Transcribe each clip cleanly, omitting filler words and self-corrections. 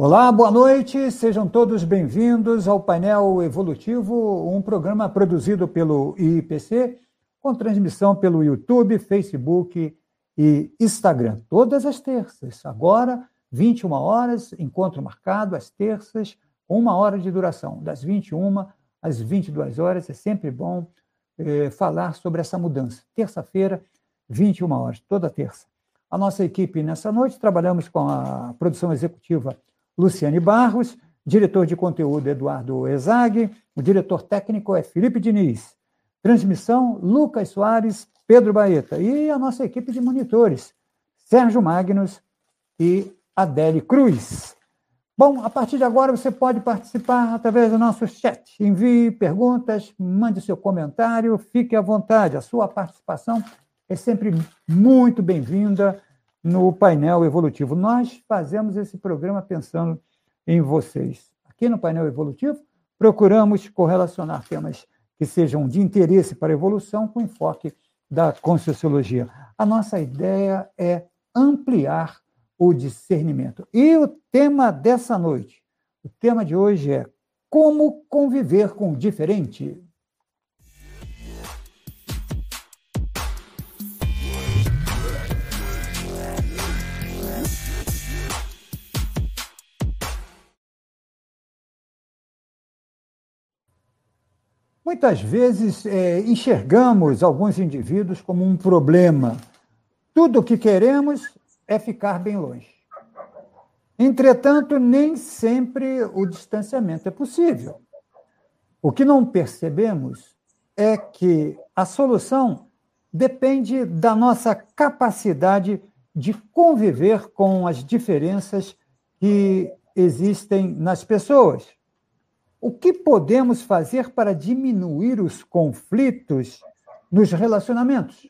Olá, boa noite, sejam todos bem-vindos ao Painel Evolutivo, um programa produzido pelo IIPC, com transmissão pelo YouTube, Facebook e Instagram, todas as terças. Agora, 21 horas, encontro marcado, às terças, 1 hora de duração, das 21 às 22 horas, é sempre bom falar sobre essa mudança. Terça-feira, 21 horas, toda terça. A nossa equipe nessa noite, trabalhamos com a produção executiva Luciane Barros, diretor de conteúdo Eduardo Ezag, o diretor técnico é Felipe Diniz, transmissão Lucas Soares, Pedro Baeta e a nossa equipe de monitores, Sérgio Magnus e Adele Cruz. Bom, a partir de agora você pode participar através do nosso chat, envie perguntas, mande seu comentário, fique à vontade, a sua participação é sempre muito bem-vinda no Painel Evolutivo. Nós fazemos esse programa pensando em vocês. Aqui no Painel Evolutivo, procuramos correlacionar temas que sejam de interesse para a evolução com enfoque da Conscienciologia. A nossa ideia é ampliar o discernimento. E o tema dessa noite, o tema de hoje é como conviver com o diferente. Muitas vezes enxergamos alguns indivíduos como um problema. Tudo o que queremos é ficar bem longe. Entretanto, nem sempre o distanciamento é possível. O que não percebemos é que a solução depende da nossa capacidade de conviver com as diferenças que existem nas pessoas. O que podemos fazer para diminuir os conflitos nos relacionamentos?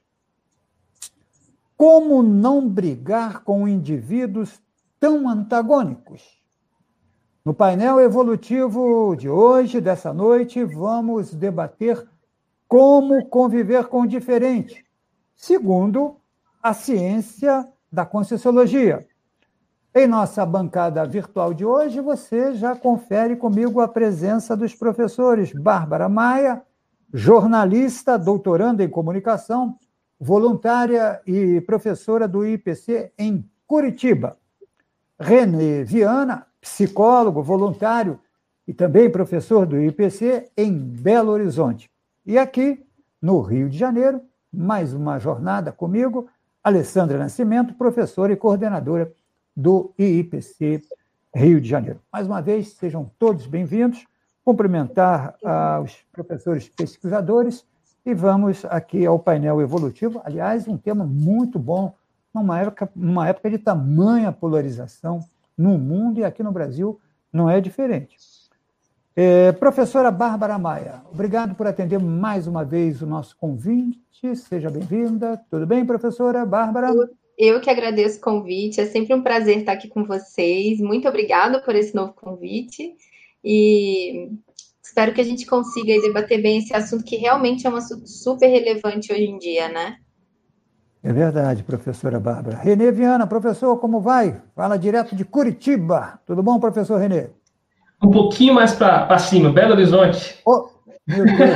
Como não brigar com indivíduos tão antagônicos? No painel evolutivo de hoje, dessa noite, vamos debater como conviver com o diferente, segundo a ciência da Conscienciologia. Em nossa bancada virtual de hoje, você já confere comigo a presença dos professores Bárbara Maia, jornalista, doutoranda em comunicação, voluntária e professora do IPC em Curitiba. René Viana, psicólogo, voluntário e também professor do IPC em Belo Horizonte. E aqui, no Rio de Janeiro, mais uma jornada comigo, Alessandra Nascimento, professora e coordenadora do IIPC Rio de Janeiro. Mais uma vez, sejam todos bem-vindos, cumprimentar os professores pesquisadores e vamos aqui ao painel evolutivo. Aliás, um tema muito bom, numa época de tamanha polarização no mundo e aqui no Brasil não é diferente. Professora Bárbara Maia, obrigado por atender mais uma vez o nosso convite, seja bem-vinda. Tudo bem, professora Bárbara? Eu que agradeço o convite, é sempre um prazer estar aqui com vocês. Muito obrigada por esse novo convite e espero que a gente consiga debater bem esse assunto que realmente é um assunto super relevante hoje em dia, né? É verdade, professora Bárbara. René Viana, professor, como vai? Fala direto de Curitiba. Tudo bom, professor René? Um pouquinho mais para cima, Belo Horizonte. Oh, meu Deus,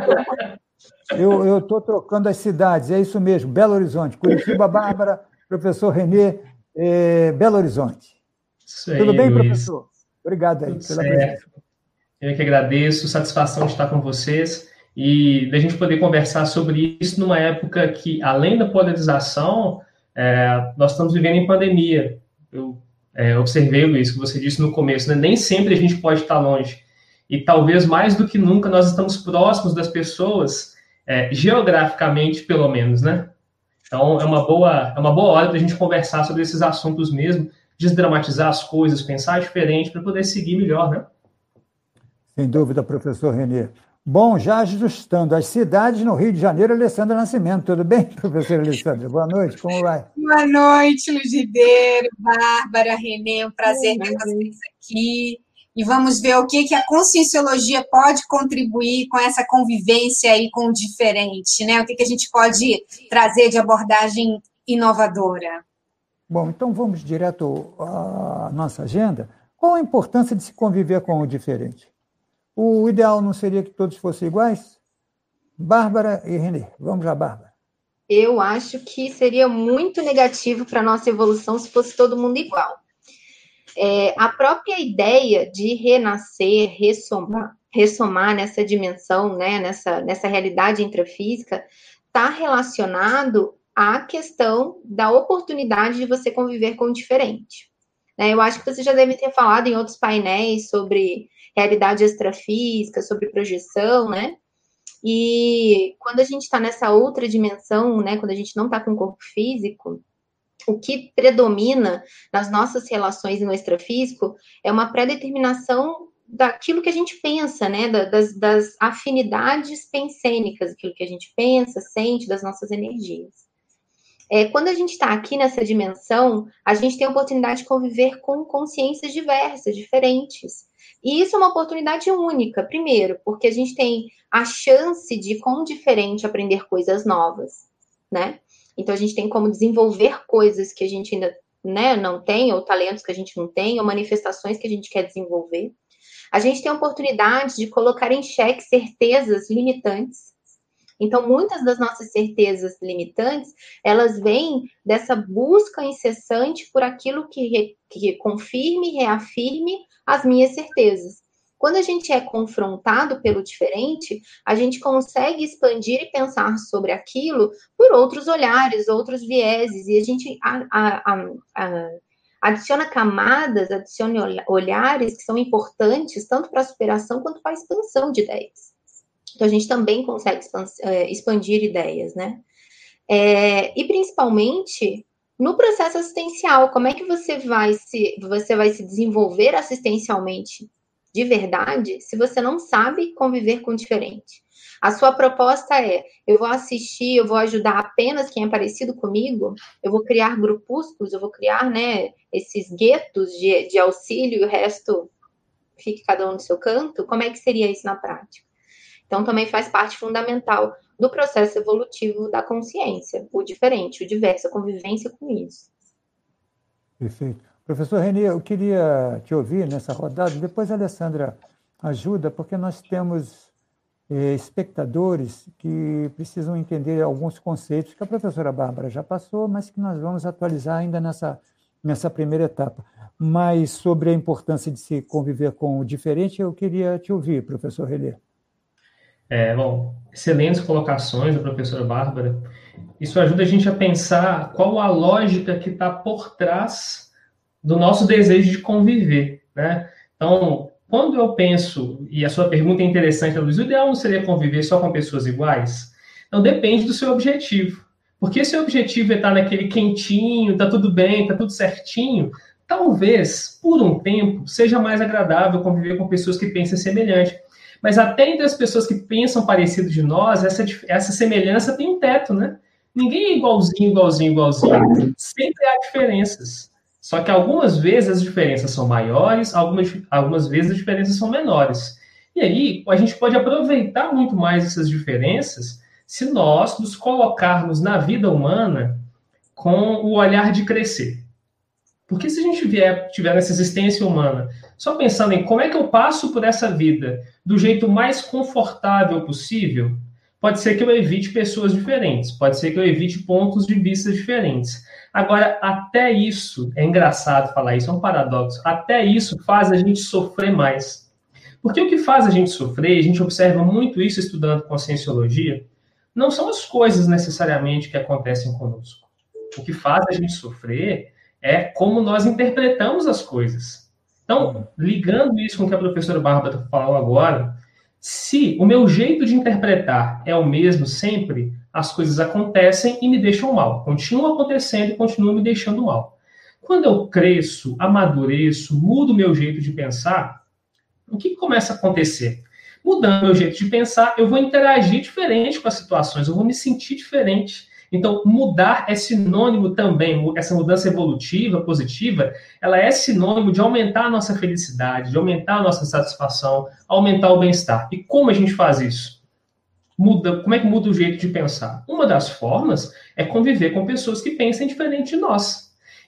eu estou trocando as cidades, é isso mesmo, Belo Horizonte. Curitiba, Bárbara, professor René, Belo Horizonte. Isso aí, tudo bem, Luiz? Professor? Obrigado aí pela presença. Eu que agradeço, satisfação de estar com vocês e da gente poder conversar sobre isso numa época que, além da polarização, nós estamos vivendo em pandemia. Eu observei, Luiz, que você disse no começo, né? Nem sempre a gente pode estar longe. E talvez mais do que nunca nós estamos próximos das pessoas, geograficamente, pelo menos, né? Então, é uma boa hora para a gente conversar sobre esses assuntos mesmo, desdramatizar as coisas, pensar diferente para poder seguir melhor, né? Sem dúvida, professor René. Bom, já ajustando as cidades no Rio de Janeiro, Alessandra Nascimento. Tudo bem, professora Alessandra? Boa noite, como vai? Boa noite, Luiz Ribeiro, Bárbara, René, um prazer ter vocês aqui. E vamos ver o que a Conscienciologia pode contribuir com essa convivência aí com o diferente, né? O que a gente pode trazer de abordagem inovadora. Bom, então vamos direto à nossa agenda. Qual a importância de se conviver com o diferente? O ideal não seria que todos fossem iguais? Bárbara e Renê. Vamos lá, Bárbara. Eu acho que seria muito negativo para a nossa evolução se fosse todo mundo igual. A própria ideia de renascer, ressomar nessa dimensão, né, nessa realidade intrafísica, está relacionado à questão da oportunidade de você conviver com o diferente. Eu acho que você já deve ter falado em outros painéis sobre realidade extrafísica, sobre projeção, né? E quando a gente está nessa outra dimensão, né, quando a gente não está com o corpo físico, o que predomina nas nossas relações no extrafísico é uma predeterminação daquilo que a gente pensa, né, das afinidades pensênicas, aquilo que a gente pensa, sente, das nossas energias. Quando a gente está aqui nessa dimensão, a gente tem a oportunidade de conviver com consciências diversas, diferentes. E isso é uma oportunidade única, primeiro, porque a gente tem a chance de, com o diferente, aprender coisas novas, né? Então, a gente tem como desenvolver coisas que a gente ainda, né, não tem, ou talentos que a gente não tem, ou manifestações que a gente quer desenvolver. A gente tem a oportunidade de colocar em xeque certezas limitantes. Então, muitas das nossas certezas limitantes, elas vêm dessa busca incessante por aquilo que confirme e reafirme as minhas certezas. Quando a gente é confrontado pelo diferente, a gente consegue expandir e pensar sobre aquilo por outros olhares, outros vieses, e a gente adiciona camadas, adiciona olhares que são importantes tanto para a superação quanto para a expansão de ideias. Então, a gente também consegue expandir ideias, né? E, principalmente, no processo assistencial, como é que você vai se desenvolver assistencialmente de verdade se você não sabe conviver com o diferente? A sua proposta eu vou assistir, eu vou ajudar apenas quem é parecido comigo, eu vou criar grupúsculos, eu vou criar, né, esses guetos de auxílio e o resto fique cada um no seu canto? Como é que seria isso na prática? Então, também faz parte fundamental do processo evolutivo da consciência, o diferente, o diverso, a convivência com isso. Perfeito. Professor Renê, eu queria te ouvir nessa rodada, depois a Alessandra ajuda, porque nós temos espectadores que precisam entender alguns conceitos que a professora Bárbara já passou, mas que nós vamos atualizar ainda nessa primeira etapa. Mas sobre a importância de se conviver com o diferente, eu queria te ouvir, professor Renê. Bom, excelentes colocações da professora Bárbara. Isso ajuda a gente a pensar qual a lógica que está por trás do nosso desejo de conviver, né? Então, quando eu penso, e a sua pergunta é interessante, Luiz, o ideal não seria conviver só com pessoas iguais? Então, depende do seu objetivo. Porque se o objetivo é estar naquele quentinho, tá tudo bem, tá tudo certinho, talvez, por um tempo, seja mais agradável conviver com pessoas que pensem semelhante. Mas até entre as pessoas que pensam parecido de nós, essa semelhança tem um teto, né? Ninguém é igualzinho. Sempre há diferenças. Só que algumas vezes as diferenças são maiores, algumas vezes as diferenças são menores. E aí, a gente pode aproveitar muito mais essas diferenças se nós nos colocarmos na vida humana com o olhar de crescer. Porque se a gente tiver nessa existência humana só pensando em como é que eu passo por essa vida do jeito mais confortável possível, pode ser que eu evite pessoas diferentes, pode ser que eu evite pontos de vista diferentes. Agora, até isso, é engraçado falar isso, é um paradoxo, até isso faz a gente sofrer mais. Porque o que faz a gente sofrer, a gente observa muito isso estudando conscienciologia, não são as coisas necessariamente que acontecem conosco. O que faz a gente sofrer é como nós interpretamos as coisas. Então, ligando isso com o que a professora Bárbara falou agora, se o meu jeito de interpretar é o mesmo sempre, as coisas acontecem e me deixam mal. Continuam acontecendo e continuam me deixando mal. Quando eu cresço, amadureço, mudo o meu jeito de pensar, o que começa a acontecer? Mudando o meu jeito de pensar, eu vou interagir diferente com as situações, eu vou me sentir diferente. Então, mudar é sinônimo também, essa mudança evolutiva, positiva, ela é sinônimo de aumentar a nossa felicidade, de aumentar a nossa satisfação, aumentar o bem-estar. E como a gente faz isso? Como é que muda o jeito de pensar? Uma das formas é conviver com pessoas que pensem diferente de nós.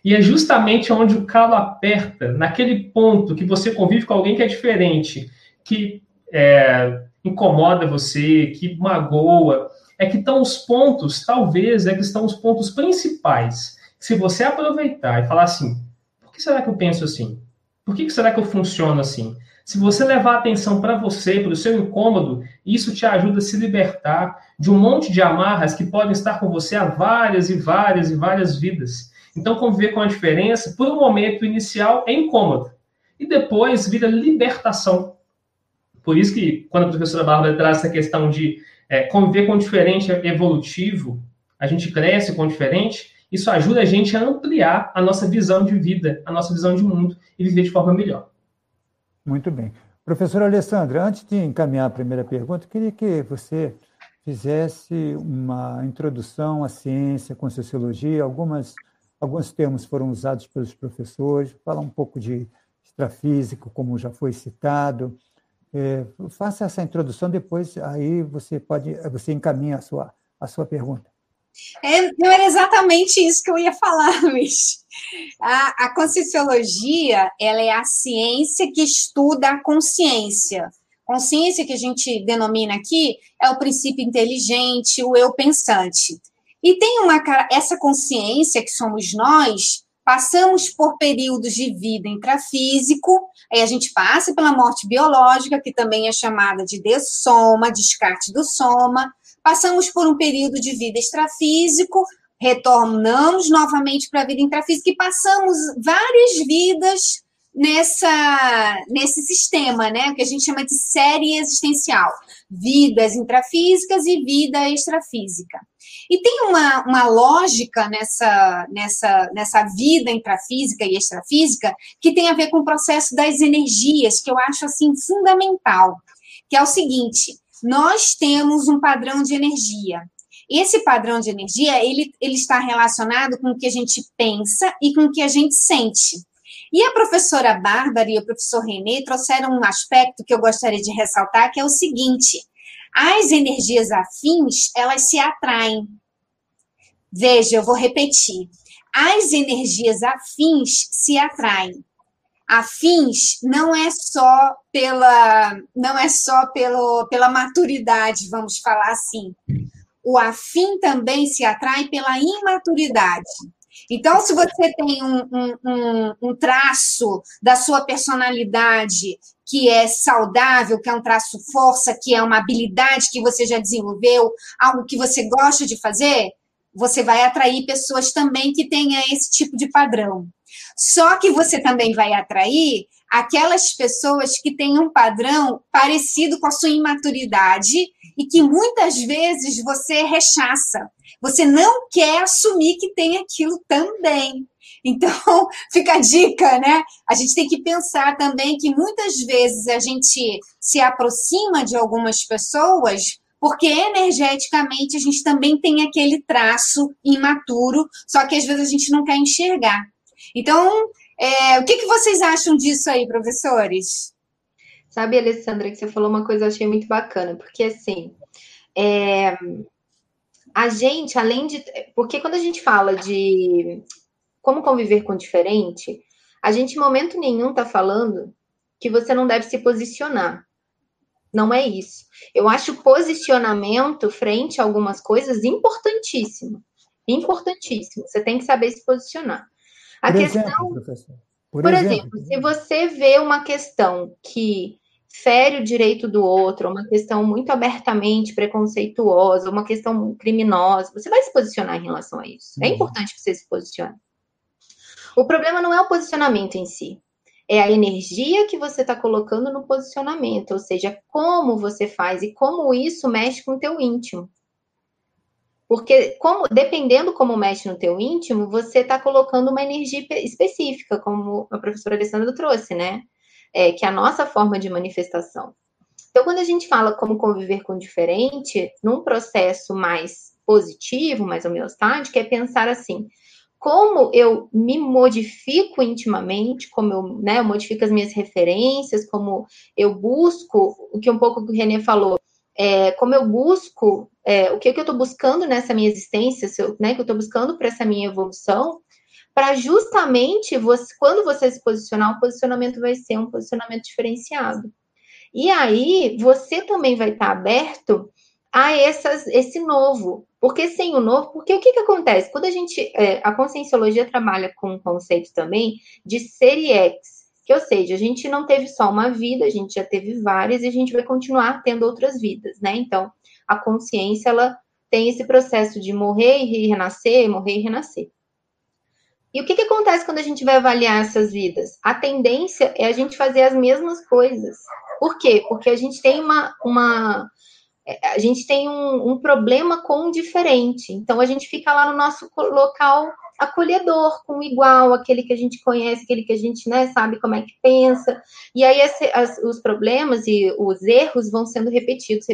E é justamente onde o calo aperta, naquele ponto que você convive com alguém que é diferente, que incomoda você, que magoa, é que estão os pontos, talvez, que estão os pontos principais. Se você aproveitar e falar assim, por que será que eu penso assim? Por que será que eu funciono assim? Se você levar a atenção para você, para o seu incômodo, isso te ajuda a se libertar de um monte de amarras que podem estar com você há várias e várias e várias vidas. Então, conviver com a diferença, por um momento inicial, é incômodo. E depois vira libertação. Por isso que, quando a professora Bárbara traz essa questão de conviver com o diferente é evolutivo, a gente cresce com o diferente, isso ajuda a gente a ampliar a nossa visão de vida, a nossa visão de mundo e viver de forma melhor. Muito bem. Professora Alessandra, antes de encaminhar a primeira pergunta, eu queria que você fizesse uma introdução à ciência, com sociologia. Alguns termos foram usados pelos professores. Falar um pouco de extrafísico, como já foi citado. Faça essa introdução, depois aí você encaminha a sua pergunta. Não era exatamente isso que eu ia falar, Luiz. A Conscienciologia, ela é a ciência que estuda a consciência. Consciência que a gente denomina aqui é o princípio inteligente, o eu pensante. E tem essa consciência que somos nós, passamos por períodos de vida intrafísico, aí a gente passa pela morte biológica, que também é chamada de dessoma, descarte do soma, passamos por um período de vida extrafísico, retornamos novamente para a vida intrafísica e passamos várias vidas nesse sistema, né, que a gente chama de série existencial, vidas intrafísicas e vida extrafísica. E tem uma lógica nessa vida intrafísica e extrafísica que tem a ver com o processo das energias, que eu acho assim fundamental, que é o seguinte: nós temos um padrão de energia. Esse padrão de energia, ele está relacionado com o que a gente pensa e com o que a gente sente. E a professora Bárbara e o professor René trouxeram um aspecto que eu gostaria de ressaltar, que é o seguinte: as energias afins, elas se atraem. Veja, eu vou repetir. As energias afins se atraem. Afins não é só pela maturidade, vamos falar assim. O afim também se atrai pela imaturidade. Então, se você tem um traço da sua personalidade que é saudável, que é um traço força, que é uma habilidade que você já desenvolveu, algo que você gosta de fazer, você vai atrair pessoas também que tenham esse tipo de padrão. Só que você também vai atrair aquelas pessoas que têm um padrão parecido com a sua imaturidade e que muitas vezes você rechaça. Você não quer assumir que tem aquilo também. Então, fica a dica, né? A gente tem que pensar também que muitas vezes a gente se aproxima de algumas pessoas porque energeticamente a gente também tem aquele traço imaturo, só que às vezes a gente não quer enxergar. Então, o que vocês acham disso aí, professores? Sabe, Alessandra, que você falou uma coisa que eu achei muito bacana, porque assim, a gente, além de... Porque quando a gente fala de como conviver com o diferente, a gente em momento nenhum está falando que você não deve se posicionar. Não é isso. Eu acho o posicionamento frente a algumas coisas importantíssimo. Importantíssimo. Você tem que saber se posicionar. A questão, por exemplo, se você vê uma questão que fere o direito do outro, uma questão muito abertamente preconceituosa, uma questão criminosa, você vai se posicionar em relação a isso. É importante que você se posicione. O problema não é o posicionamento em si, é a energia que você está colocando no posicionamento, ou seja, como você faz e como isso mexe com o teu íntimo. Porque, dependendo como mexe no teu íntimo, você está colocando uma energia específica, como a professora Alessandra trouxe, né? Que é a nossa forma de manifestação. Então, quando a gente fala como conviver com o diferente, num processo mais positivo, mais homeostático, é pensar assim: como eu me modifico intimamente, como eu modifico as minhas referências, como eu busco, o que um pouco o René falou, como eu busco, o que eu estou buscando nessa minha existência, que eu estou buscando para essa minha evolução, para justamente, quando você se posicionar, o posicionamento vai ser um posicionamento diferenciado. E aí, você também vai estar aberto a esse novo. Porque sem o novo, porque o que acontece? Quando a Conscienciologia trabalha com um conceito também de Série X, que, ou seja, a gente não teve só uma vida, a gente já teve várias e a gente vai continuar tendo outras vidas, né? Então, a consciência, ela tem esse processo de morrer e renascer, morrer e renascer. E o que acontece quando a gente vai avaliar essas vidas? A tendência é a gente fazer as mesmas coisas. Por quê? Porque a gente tem a gente tem um problema com o diferente. Então, a gente fica lá no nosso local acolhedor, com o igual, aquele que a gente conhece, aquele que a gente, né, sabe como é que pensa. E aí, os problemas e os erros vão sendo repetidos.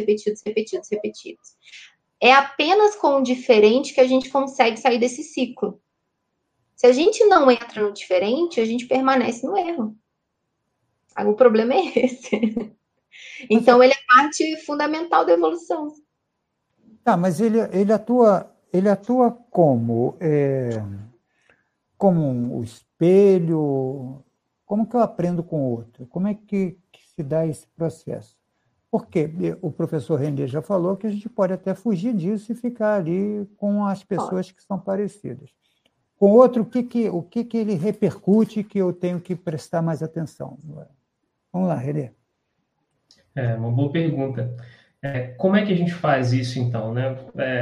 É apenas com o diferente que a gente consegue sair desse ciclo. Se a gente não entra no diferente, a gente permanece no erro. O problema é esse. Então, ele é parte fundamental da evolução. Tá, mas ele atua como? Como um espelho? Como que eu aprendo com o outro? Como é que se dá esse processo? Porque o professor René já falou que a gente pode até fugir disso e ficar ali com as pessoas que são parecidas. Com o outro, o que ele repercute que eu tenho que prestar mais atenção? Vamos lá, René. Uma boa pergunta. Como é que a gente faz isso, então, né?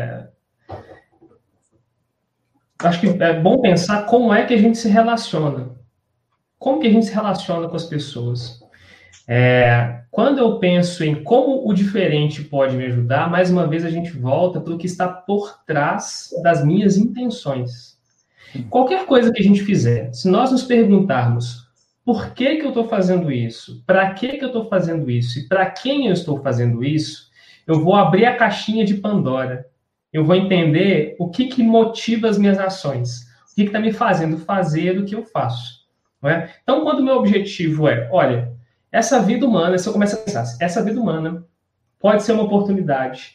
Acho que é bom pensar como é que a gente se relaciona. Como que a gente se relaciona com as pessoas? Quando eu penso em como o diferente pode me ajudar, mais uma vez a gente volta para o que está por trás das minhas intenções. Qualquer coisa que a gente fizer, se nós nos perguntarmos por que eu estou fazendo isso, para que eu estou fazendo isso e para quem eu estou fazendo isso, eu vou abrir a caixinha de Pandora. Eu vou entender o que motiva as minhas ações, o que está me fazendo fazer o que eu faço. Não é? Então, quando o meu objetivo olha, essa vida humana, se eu começar a pensar, essa vida humana pode ser uma oportunidade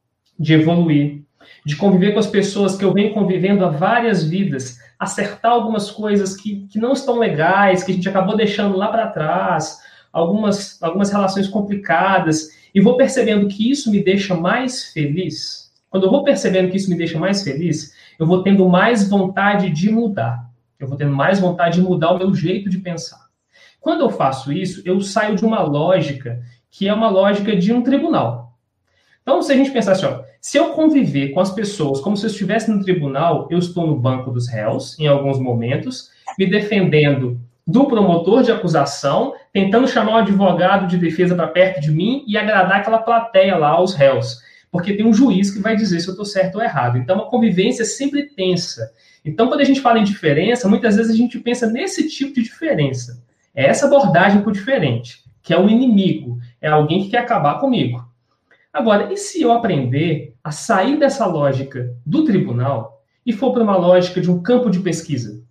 de evoluir, de conviver com as pessoas que eu venho convivendo há várias vidas, acertar algumas coisas que não estão legais, que a gente acabou deixando lá para trás, algumas relações complicadas, e vou percebendo que isso me deixa mais feliz. Quando eu vou percebendo que isso me deixa mais feliz, eu vou tendo mais vontade de mudar. Eu vou tendo mais vontade de mudar o meu jeito de pensar. Quando eu faço isso, eu saio de uma lógica que é uma lógica de um tribunal. Então, se a gente pensar assim, se eu conviver com as pessoas como se eu estivesse no tribunal, eu estou no banco dos réus, em alguns momentos, me defendendo do promotor de acusação, tentando chamar um advogado de defesa para perto de mim e agradar aquela plateia lá, os réus. Porque tem um juiz que vai dizer se eu estou certo ou errado. Então, a convivência é sempre tensa. Então, quando a gente fala em diferença, muitas vezes a gente pensa nesse tipo de diferença. É essa abordagem por diferente, que é o inimigo, é alguém que quer acabar comigo. Agora, e se eu aprender a sair dessa lógica do tribunal e for para uma lógica de um campo de pesquisa?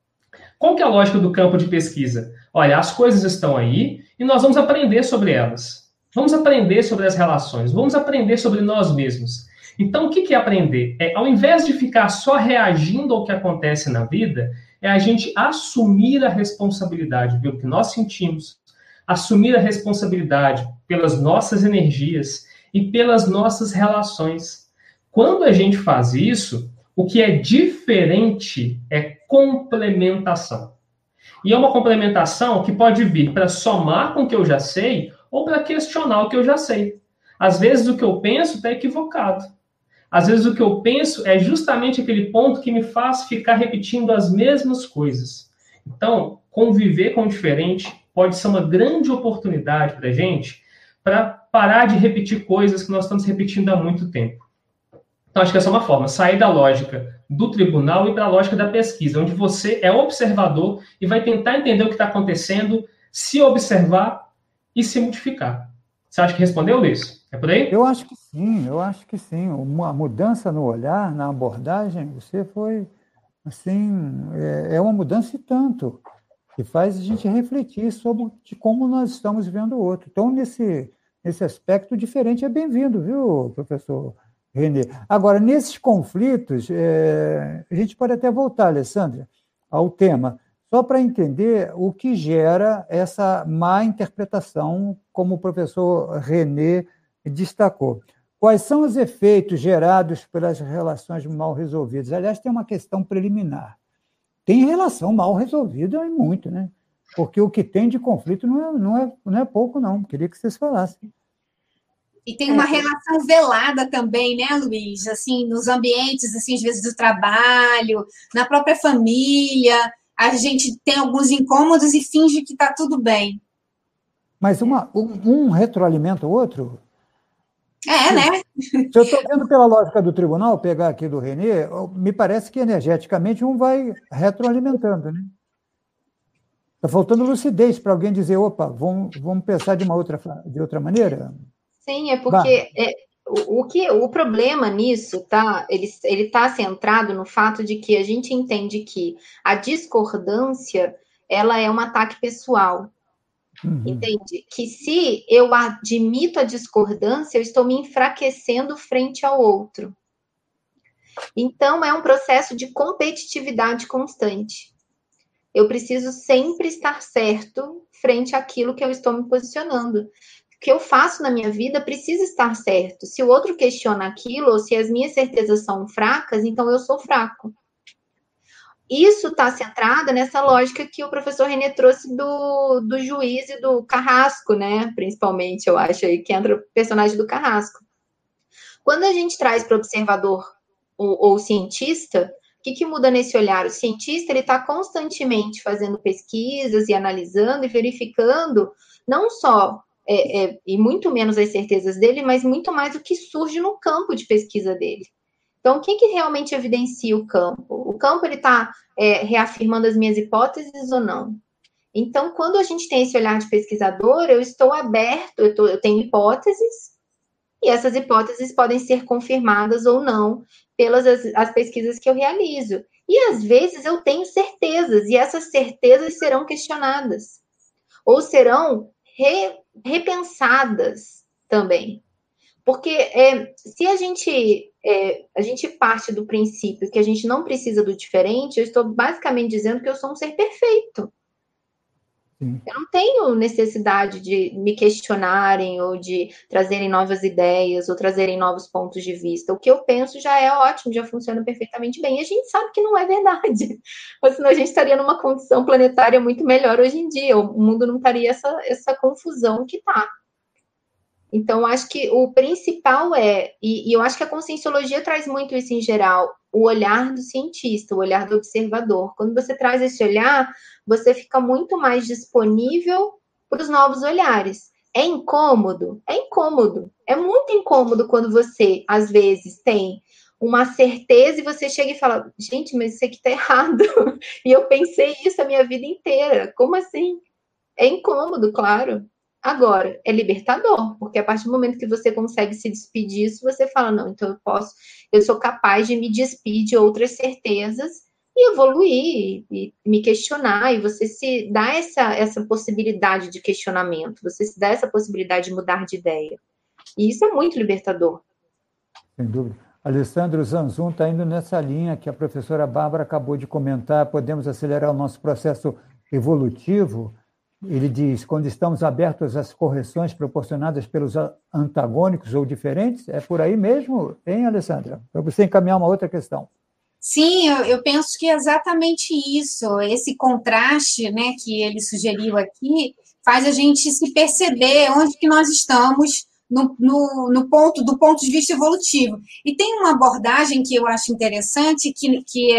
Qual que é a lógica do campo de pesquisa? Olha, as coisas estão aí e nós vamos aprender sobre elas. Vamos aprender sobre as relações, vamos aprender sobre nós mesmos. Então, o que é aprender? Ao invés de ficar só reagindo ao que acontece na vida, é a gente assumir a responsabilidade pelo que nós sentimos, assumir a responsabilidade pelas nossas energias e pelas nossas relações. Quando a gente faz isso, o que é diferente é complementação. E é uma complementação que pode vir para somar com o que eu já sei ou para questionar o que eu já sei. Às vezes o que eu penso está equivocado. Às vezes o que eu penso é justamente aquele ponto que me faz ficar repetindo as mesmas coisas. Então, conviver com o diferente pode ser uma grande oportunidade para a gente para parar de repetir coisas que nós estamos repetindo há muito tempo. Então, acho que essa é uma forma, sair da lógica do tribunal e para a lógica da pesquisa, onde você é observador e vai tentar entender o que está acontecendo, se observar e se modificar. Você acha que respondeu, Luiz? É por aí? Eu acho que sim. Uma mudança no olhar, na abordagem, você foi, assim, é uma mudança e tanto, que faz a gente refletir sobre como nós estamos vendo o outro. Então, nesse aspecto, diferente é bem-vindo, viu, professor René? Agora, nesses conflitos, a gente pode até voltar, Alessandra, ao tema, só para entender o que gera essa má interpretação, como o professor René destacou. Quais são os efeitos gerados pelas relações mal resolvidas? Aliás, tem uma questão preliminar. Tem relação mal resolvida e muito, né? Porque o que tem de conflito não é pouco, não. Queria que vocês falassem. E tem uma relação velada também, né, Luiz? Assim, nos ambientes, assim, às vezes do trabalho, na própria família, a gente tem alguns incômodos e finge que está tudo bem. Mas um retroalimenta o outro? Né? Se eu estou vendo pela lógica do tribunal, pegar aqui do René, me parece que energeticamente um vai retroalimentando, né? Está faltando lucidez para alguém dizer, opa, vamos pensar de outra maneira? Sim, é porque o problema nisso, tá? Ele está centrado no fato de que a gente entende que a discordância, ela é um ataque pessoal. Entende? Que se eu admito a discordância, eu estou me enfraquecendo frente ao outro. Então, é um processo de competitividade constante. Eu preciso sempre estar certo frente àquilo que eu estou me posicionando. O que eu faço na minha vida precisa estar certo. Se o outro questiona aquilo, ou se as minhas certezas são fracas, então eu sou fraco. Isso está centrado nessa lógica que o professor René trouxe do juiz e do Carrasco, né? Principalmente, eu acho, aí que entra o personagem do Carrasco. Quando a gente traz para o observador ou cientista, o que muda nesse olhar? O cientista ele está constantemente fazendo pesquisas e analisando e verificando não só e muito menos as certezas dele, mas muito mais o que surge no campo de pesquisa dele. Então, o que realmente evidencia o campo? O campo está reafirmando as minhas hipóteses ou não? Então, quando a gente tem esse olhar de pesquisador, eu estou aberto, eu tenho hipóteses, e essas hipóteses podem ser confirmadas ou não pelas as pesquisas que eu realizo. E, às vezes, eu tenho certezas, e essas certezas serão questionadas, ou serão repensadas também. Porque se a gente parte do princípio que a gente não precisa do diferente, eu estou basicamente dizendo que eu sou um ser perfeito. Sim. Eu não tenho necessidade de me questionarem ou de trazerem novas ideias ou trazerem novos pontos de vista. O que eu penso já é ótimo, já funciona perfeitamente bem. E a gente sabe que não é verdade. Ou senão a gente estaria numa condição planetária muito melhor hoje em dia. O mundo não estaria essa confusão que está. Então, acho que o principal e eu acho que a conscienciologia traz muito isso em geral, o olhar do cientista, o olhar do observador. Quando você traz esse olhar, você fica muito mais disponível para os novos olhares. É incômodo? É incômodo. É muito incômodo quando você, às vezes, tem uma certeza e você chega e fala, gente, mas isso aqui está errado. E eu pensei isso a minha vida inteira. Como assim? É incômodo, claro. Agora, é libertador, porque a partir do momento que você consegue se despedir disso, você fala, não, então eu sou capaz de me despedir de outras certezas e evoluir, e me questionar, e você se dá essa possibilidade de questionamento, você se dá essa possibilidade de mudar de ideia. E isso é muito libertador. Sem dúvida. Alessandro Zanzun está indo nessa linha que a professora Bárbara acabou de comentar, podemos acelerar o nosso processo evolutivo. Ele diz, quando estamos abertos às correções proporcionadas pelos antagônicos ou diferentes, é por aí mesmo, hein, Alessandra? Para você encaminhar uma outra questão. Sim, eu penso que é exatamente isso. Esse contraste, né, que ele sugeriu aqui faz a gente se perceber onde que nós estamos do ponto de vista evolutivo. E tem uma abordagem que eu acho interessante, que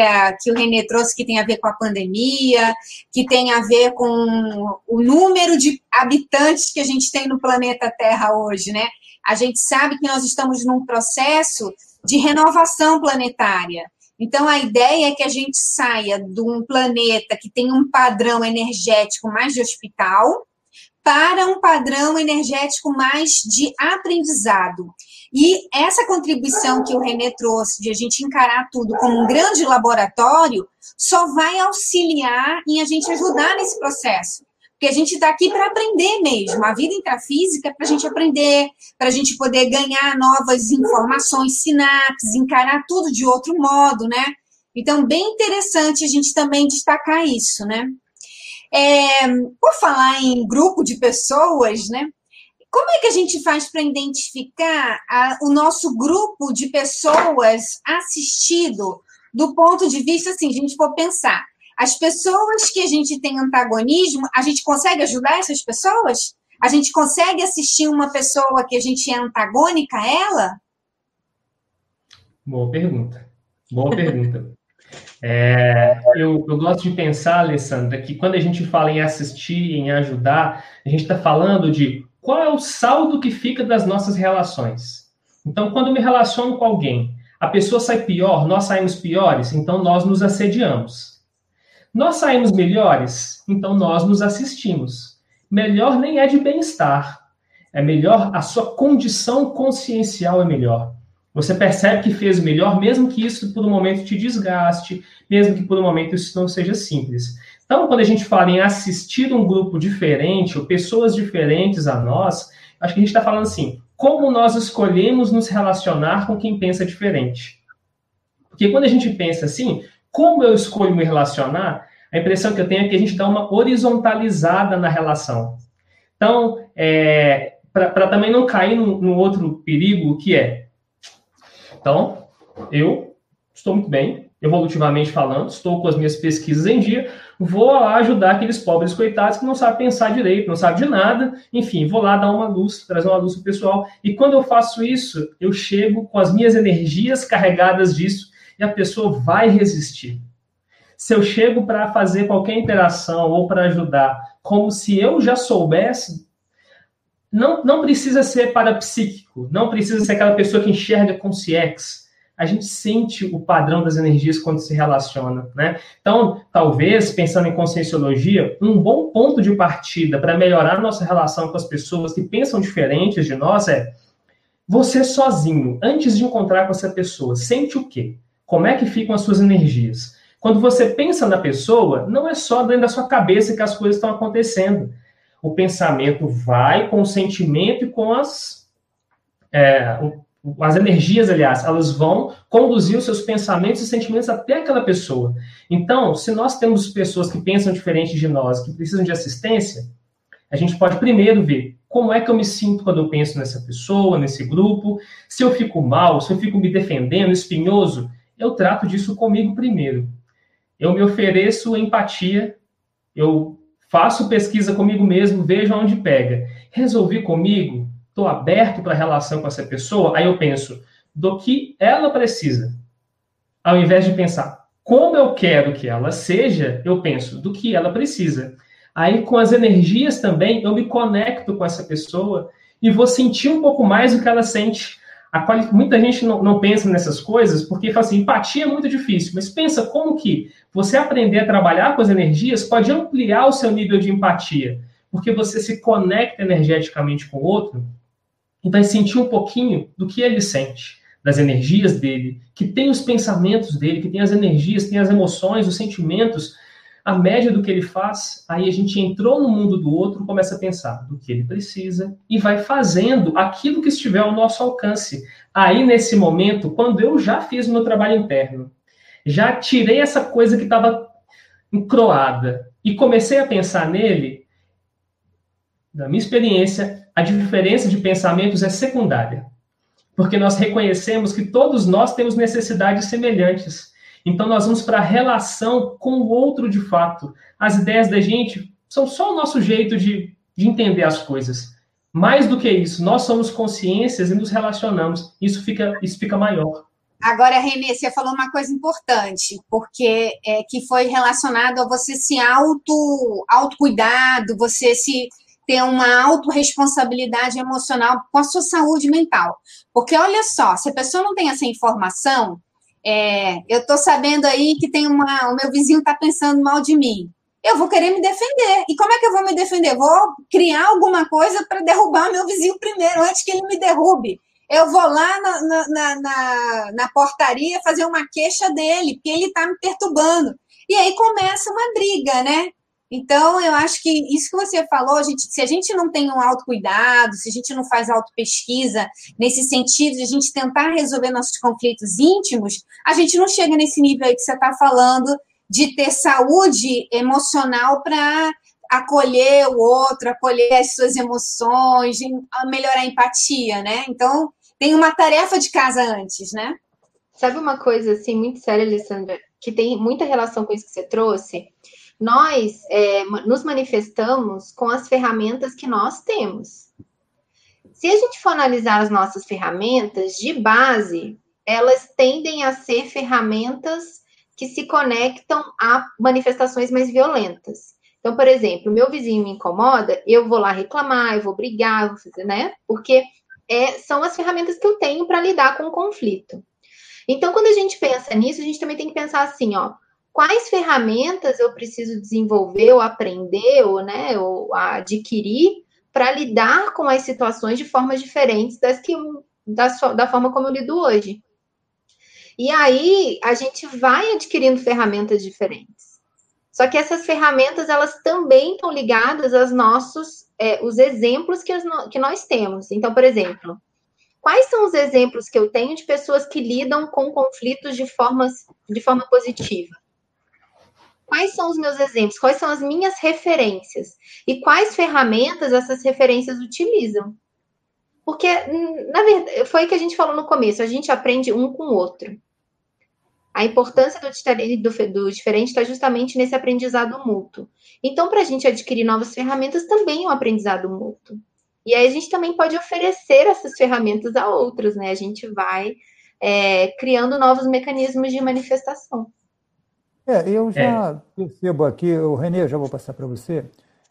o René trouxe, que tem a ver com a pandemia, que tem a ver com o número de habitantes que a gente tem no planeta Terra hoje, né? A gente sabe que nós estamos num processo de renovação planetária. Então, a ideia é que a gente saia de um planeta que tem um padrão energético mais de hospital para um padrão energético mais de aprendizado. E essa contribuição que o René trouxe, de a gente encarar tudo como um grande laboratório, só vai auxiliar em a gente ajudar nesse processo. Porque a gente está aqui para aprender mesmo. A vida intrafísica é para a gente aprender, para a gente poder ganhar novas informações, sinapses, encarar tudo de outro modo, né? Então, bem interessante a gente também destacar isso, né? Por falar em grupo de pessoas, né? Como é que a gente faz para identificar o nosso grupo de pessoas assistido do ponto de vista, assim, a gente for pensar, as pessoas que a gente tem antagonismo, a gente consegue ajudar essas pessoas? A gente consegue assistir uma pessoa que a gente é antagônica a ela? Boa pergunta. Boa pergunta. Eu gosto de pensar, Alessandra, que quando a gente fala em assistir, em ajudar, a gente está falando de qual é o saldo que fica das nossas relações. Então, quando eu me relaciono com alguém, a pessoa sai pior, nós saímos piores, então nós nos assediamos. Nós saímos melhores, então nós nos assistimos. Melhor nem é de bem-estar. É melhor, a sua condição consciencial é melhor. Você percebe que fez melhor, mesmo que isso por um momento te desgaste, mesmo que por um momento isso não seja simples. Então, quando a gente fala em assistir um grupo diferente, ou pessoas diferentes a nós, acho que a gente está falando assim, como nós escolhemos nos relacionar com quem pensa diferente. Porque quando a gente pensa assim, como eu escolho me relacionar, a impressão que eu tenho é que a gente dá uma horizontalizada na relação. Então, para também não cair no outro perigo, que é, então, eu estou muito bem, evolutivamente falando, estou com as minhas pesquisas em dia, vou lá ajudar aqueles pobres coitados que não sabem pensar direito, não sabem de nada, enfim, vou lá dar uma luz, trazer uma luz para o pessoal, e quando eu faço isso, eu chego com as minhas energias carregadas disso, e a pessoa vai resistir. Se eu chego para fazer qualquer interação ou para ajudar, como se eu já soubesse, não precisa ser parapsíquico, não precisa ser aquela pessoa que enxerga com CX. A gente sente o padrão das energias quando se relaciona, né? Então, talvez, pensando em conscienciologia, um bom ponto de partida para melhorar a nossa relação com as pessoas que pensam diferentes de nós é você sozinho, antes de encontrar com essa pessoa, sente o quê? Como é que ficam as suas energias? Quando você pensa na pessoa, não é só dentro da sua cabeça que as coisas estão acontecendo. O pensamento vai com o sentimento e com as energias, aliás, elas vão conduzir os seus pensamentos e sentimentos até aquela pessoa. Então, se nós temos pessoas que pensam diferente de nós, que precisam de assistência, a gente pode primeiro ver como é que eu me sinto quando eu penso nessa pessoa, nesse grupo. Se eu fico mal, se eu fico me defendendo, espinhoso, eu trato disso comigo primeiro. Eu me ofereço empatia, eu faço pesquisa comigo mesmo, vejo onde pega. Resolvi comigo, estou aberto para a relação com essa pessoa, aí eu penso do que ela precisa. Ao invés de pensar como eu quero que ela seja, eu penso do que ela precisa. Aí, com as energias também, eu me conecto com essa pessoa e vou sentir um pouco mais do que ela sente. Muita gente não pensa nessas coisas porque fala assim, empatia é muito difícil, mas pensa como que você aprender a trabalhar com as energias pode ampliar o seu nível de empatia, porque você se conecta energeticamente com o outro e vai sentir um pouquinho do que ele sente, das energias dele, que tem os pensamentos dele, que tem as energias, tem as emoções, os sentimentos, a média do que ele faz. Aí a gente entrou no mundo do outro, começa a pensar do que ele precisa e vai fazendo aquilo que estiver ao nosso alcance. Aí, nesse momento, quando eu já fiz o meu trabalho interno, já tirei essa coisa que estava encroada e comecei a pensar nele, na minha experiência, a diferença de pensamentos é secundária. Porque nós reconhecemos que todos nós temos necessidades semelhantes. Então, nós vamos para a relação com o outro de fato. As ideias da gente são só o nosso jeito de entender as coisas. Mais do que isso, nós somos consciências e nos relacionamos. Isso fica maior. Agora, Renê, você falou uma coisa importante, porque que foi relacionado a você se autocuidado, você se ter uma autorresponsabilidade emocional com a sua saúde mental. Porque, olha só, se a pessoa não tem essa informação, eu estou sabendo aí que o meu vizinho está pensando mal de mim. Eu vou querer me defender. E como é que eu vou me defender? Vou criar alguma coisa para derrubar meu vizinho primeiro, antes que ele me derrube. Eu vou lá na portaria fazer uma queixa dele, porque ele está me perturbando. E aí começa uma briga, né? Então, eu acho que isso que você falou, se a gente não tem um autocuidado, se a gente não faz autopesquisa, nesse sentido de a gente tentar resolver nossos conflitos íntimos, a gente não chega nesse nível aí que você está falando, de ter saúde emocional para acolher o outro, acolher as suas emoções, melhorar a empatia, né? Então, tem uma tarefa de casa antes, né? Sabe uma coisa, assim, muito séria, Alessandra, que tem muita relação com isso que você trouxe? Nós nos manifestamos com as ferramentas que nós temos. Se a gente for analisar as nossas ferramentas, de base, elas tendem a ser ferramentas que se conectam a manifestações mais violentas. Então, por exemplo, meu vizinho me incomoda, eu vou lá reclamar, eu vou brigar, eu vou fazer, né? Porque são as ferramentas que eu tenho para lidar com o conflito. Então, quando a gente pensa nisso, a gente também tem que pensar assim, ó, quais ferramentas eu preciso desenvolver, ou aprender, ou adquirir para lidar com as situações de formas diferentes da forma como eu lido hoje. E aí, a gente vai adquirindo ferramentas diferentes. Só que essas ferramentas, elas também estão ligadas aos os exemplos que nós temos. Então, por exemplo, quais são os exemplos que eu tenho de pessoas que lidam com conflitos de forma positiva? Quais são os meus exemplos? Quais são as minhas referências? E quais ferramentas essas referências utilizam? Porque, na verdade, foi o que a gente falou no começo, a gente aprende um com o outro. A importância do diferente está justamente nesse aprendizado mútuo. Então, para a gente adquirir novas ferramentas, também é um aprendizado mútuo. E aí a gente também pode oferecer essas ferramentas a outros, né? A gente vai criando novos mecanismos de manifestação. Eu já percebo aqui, o Renê, eu já vou passar para você,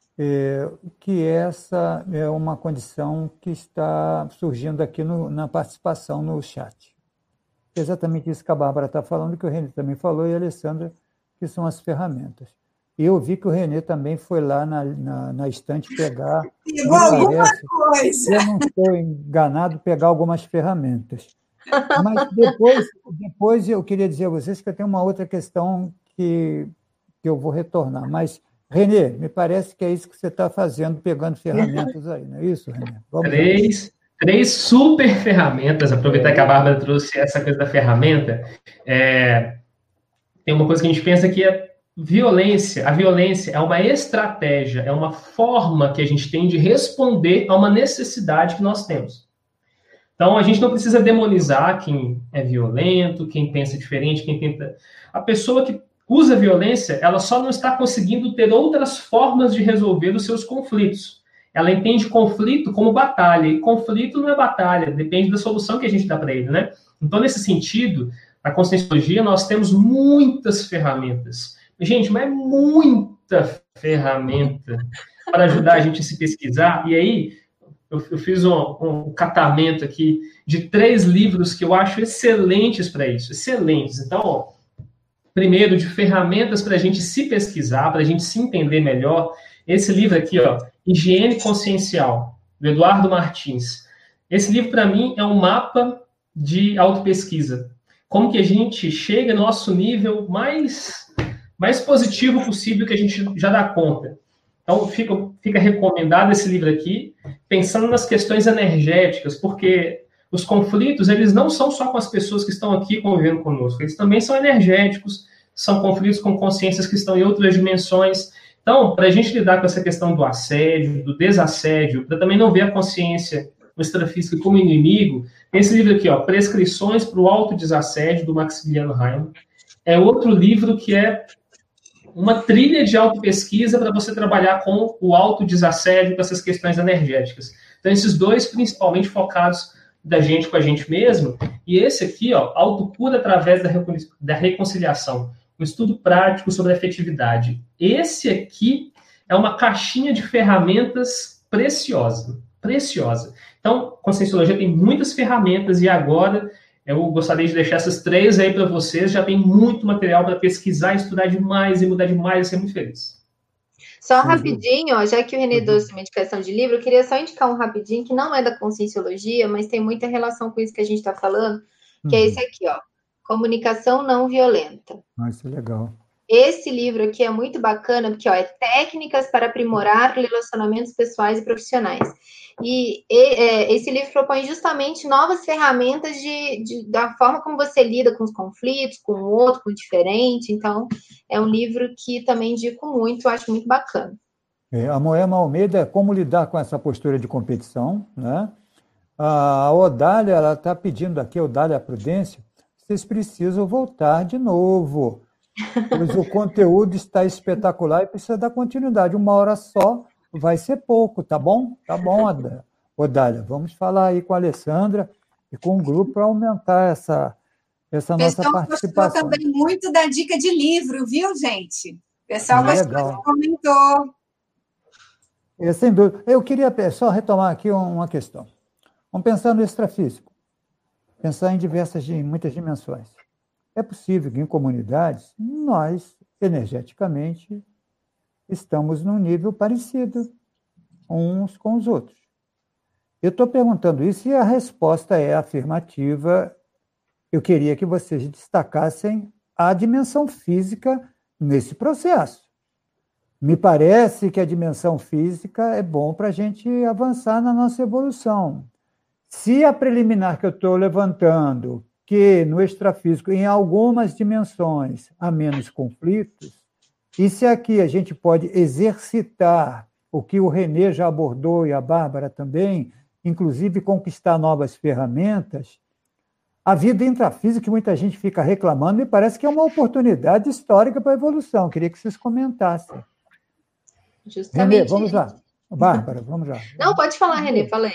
que essa é uma condição que está surgindo aqui na participação no chat. Exatamente isso que a Bárbara está falando, que o Renê também falou, e a Alessandra, que são as ferramentas. E eu vi que o Renê também foi lá na estante pegar... Pegou alguma coisa. Eu não estou enganado, pegar algumas ferramentas. Mas depois eu queria dizer a vocês que eu tenho uma outra questão que eu vou retornar. Mas, Renê, me parece que é isso que você está fazendo, pegando ferramentas aí, não é isso, Renê? Três super ferramentas, aproveitar que a Bárbara trouxe essa coisa da ferramenta. Tem uma coisa que a gente pensa que é violência. A violência é uma estratégia, é uma forma que a gente tem de responder a uma necessidade que nós temos. Então, a gente não precisa demonizar quem é violento, quem pensa diferente, quem tenta... A pessoa que usa violência, ela só não está conseguindo ter outras formas de resolver os seus conflitos. Ela entende conflito como batalha, e conflito não é batalha, depende da solução que a gente dá para ele, né? Então, nesse sentido, na Conscienciologia, nós temos muitas ferramentas. Gente, mas é muita ferramenta para ajudar a gente a se pesquisar. E aí, eu fiz um catamento aqui de 3 livros que eu acho excelentes para isso. Excelentes. Então, ó, primeiro, de ferramentas para a gente se pesquisar, para a gente se entender melhor. Esse livro aqui, ó, Higiene Consciencial, do Eduardo Martins. Esse livro, para mim, é um mapa de autopesquisa. Como que a gente chega no nosso nível mais positivo possível que a gente já dá conta. Então, fica recomendado esse livro aqui, pensando nas questões energéticas, porque os conflitos, eles não são só com as pessoas que estão aqui convivendo conosco, eles também são energéticos, são conflitos com consciências que estão em outras dimensões. Então, para a gente lidar com essa questão do assédio, do desassédio, para também não ver a consciência extrafísica como inimigo, tem esse livro aqui, ó, Prescrições para o Autodesassédio, do Maximiliano Heimann. É outro livro que é uma trilha de autopesquisa para você trabalhar com o autodesassédio, com essas questões energéticas. Então, esses dois, principalmente focados da gente com a gente mesmo, e esse aqui, ó, Autocura através da reconciliação, um estudo prático sobre a afetividade. Esse aqui é uma caixinha de ferramentas preciosa. Então, Conscienciologia tem muitas ferramentas, e agora eu gostaria de deixar essas 3 aí para vocês. Já tem muito material para pesquisar, estudar demais e mudar demais, e ser muito feliz. Só rapidinho, ó, já que o Renê trouxe uma indicação de livro, eu queria só indicar um rapidinho, que não é da Conscienciologia, mas tem muita relação com isso que a gente está falando, que é esse aqui, ó, Comunicação Não Violenta. Isso é legal. esse livro aqui é muito bacana, porque é técnicas para aprimorar relacionamentos pessoais e profissionais. E esse livro propõe justamente novas ferramentas da forma como você lida com os conflitos, com o outro, com o diferente. Então, é um livro que também indico muito, eu acho muito bacana. A Moema Almeida, como lidar com essa postura de competição, né? A Odália, ela está pedindo aqui, a Odália Prudência, vocês precisam voltar de novo, pois o conteúdo está espetacular e precisa dar continuidade. 1 hora só vai ser pouco, tá bom? Tá bom, Odália. Vamos falar aí com a Alessandra e com o grupo para aumentar essa nossa participação. Gostou também muito da dica de livro, viu, gente? O pessoal gostou, comentou. Sem dúvida. Eu queria só retomar aqui uma questão. Vamos pensar no extrafísico. Pensar em muitas dimensões. É possível que em comunidades nós, energeticamente, estamos num nível parecido uns com os outros. Eu estou perguntando isso e a resposta é afirmativa. Eu queria que vocês destacassem a dimensão física nesse processo. Me parece que a dimensão física é bom para a gente avançar na nossa evolução. Se a preliminar que eu estou levantando, que no extrafísico, em algumas dimensões, há menos conflitos, e se aqui a gente pode exercitar o que o René já abordou e a Bárbara também, inclusive conquistar novas ferramentas, a vida intrafísica, que muita gente fica reclamando, me parece que é uma oportunidade histórica para a evolução. Queria que vocês comentassem. Justamente. René, vamos lá. Bárbara, vamos lá. Não, pode falar, René, falei.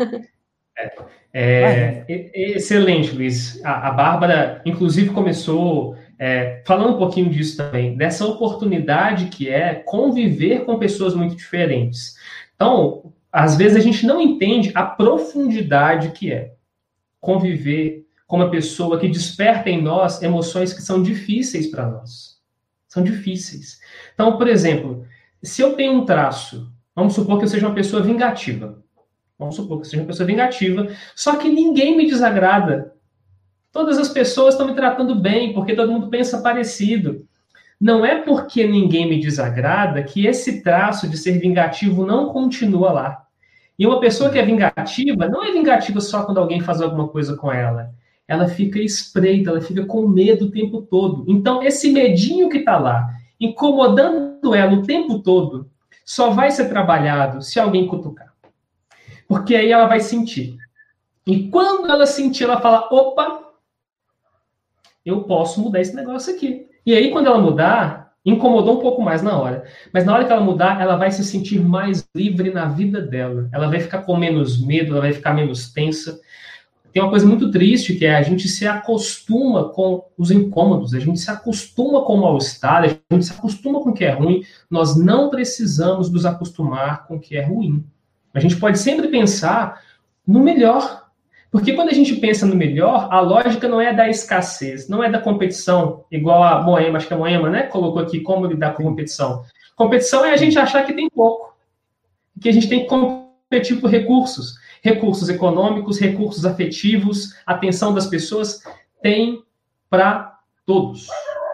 Excelente, Luiz. A Bárbara, inclusive, começou falando um pouquinho disso também, dessa oportunidade que é conviver com pessoas muito diferentes. Então, às vezes a gente não entende a profundidade que é conviver com uma pessoa que desperta em nós emoções que são difíceis para nós. São difíceis. Então, por exemplo, se eu tenho um traço, vamos supor que eu seja uma pessoa vingativa. Vamos supor que eu seja uma pessoa vingativa, só que ninguém me desagrada. Todas as pessoas estão me tratando bem, porque todo mundo pensa parecido. Não é porque ninguém me desagrada que esse traço de ser vingativo não continua lá. E uma pessoa que é vingativa, não é vingativa só quando alguém faz alguma coisa com ela. Ela fica espreita, ela fica com medo o tempo todo. Então, esse medinho que está lá, incomodando ela o tempo todo, só vai ser trabalhado se alguém cutucar. Porque aí ela vai sentir. E quando ela sentir, ela fala, opa, eu posso mudar esse negócio aqui. E aí, quando ela mudar, incomodou um pouco mais na hora. Mas na hora que ela mudar, ela vai se sentir mais livre na vida dela. Ela vai ficar com menos medo, ela vai ficar menos tensa. Tem uma coisa muito triste, que é a gente se acostuma com os incômodos, a gente se acostuma com o mal-estar, a gente se acostuma com o que é ruim. Nós não precisamos nos acostumar com o que é ruim. A gente pode sempre pensar no melhor. Porque quando a gente pensa no melhor, a lógica não é da escassez, não é da competição, igual a Moema, acho que a Moema, né, colocou aqui como lidar com competição. Competição é a gente achar que tem pouco, que a gente tem que competir por recursos. Recursos econômicos, recursos afetivos, atenção das pessoas, tem para todos.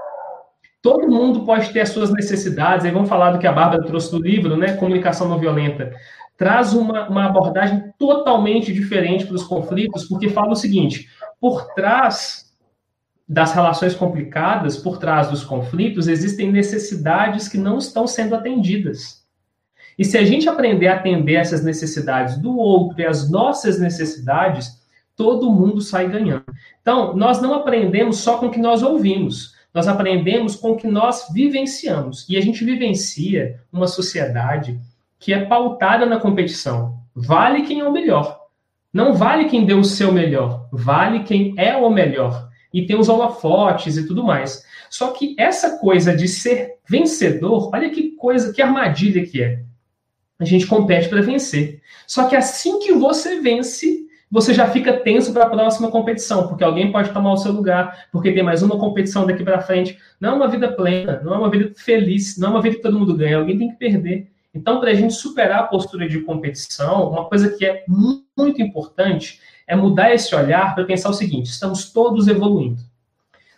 Todo mundo pode ter as suas necessidades, aí vamos falar do que a Bárbara trouxe do livro, né, Comunicação Não Violenta. Traz uma abordagem totalmente diferente para os conflitos, porque fala o seguinte, por trás das relações complicadas, por trás dos conflitos, existem necessidades que não estão sendo atendidas. E se a gente aprender a atender essas necessidades do outro e as nossas necessidades, todo mundo sai ganhando. Então, nós não aprendemos só com o que nós ouvimos, nós aprendemos com o que nós vivenciamos. E a gente vivencia uma sociedade que é pautada na competição. Vale quem é o melhor. Não vale quem deu o seu melhor. Vale quem é o melhor. E tem os holofotes e tudo mais. Só que essa coisa de ser vencedor, olha que coisa, que armadilha que é. A gente compete para vencer. Só que assim que você vence, você já fica tenso para a próxima competição, porque alguém pode tomar o seu lugar, porque tem mais uma competição daqui para frente. Não é uma vida plena, não é uma vida feliz, não é uma vida que todo mundo ganha. Alguém tem que perder. Então, para a gente superar a postura de competição, uma coisa que é muito importante é mudar esse olhar para pensar o seguinte, estamos todos evoluindo.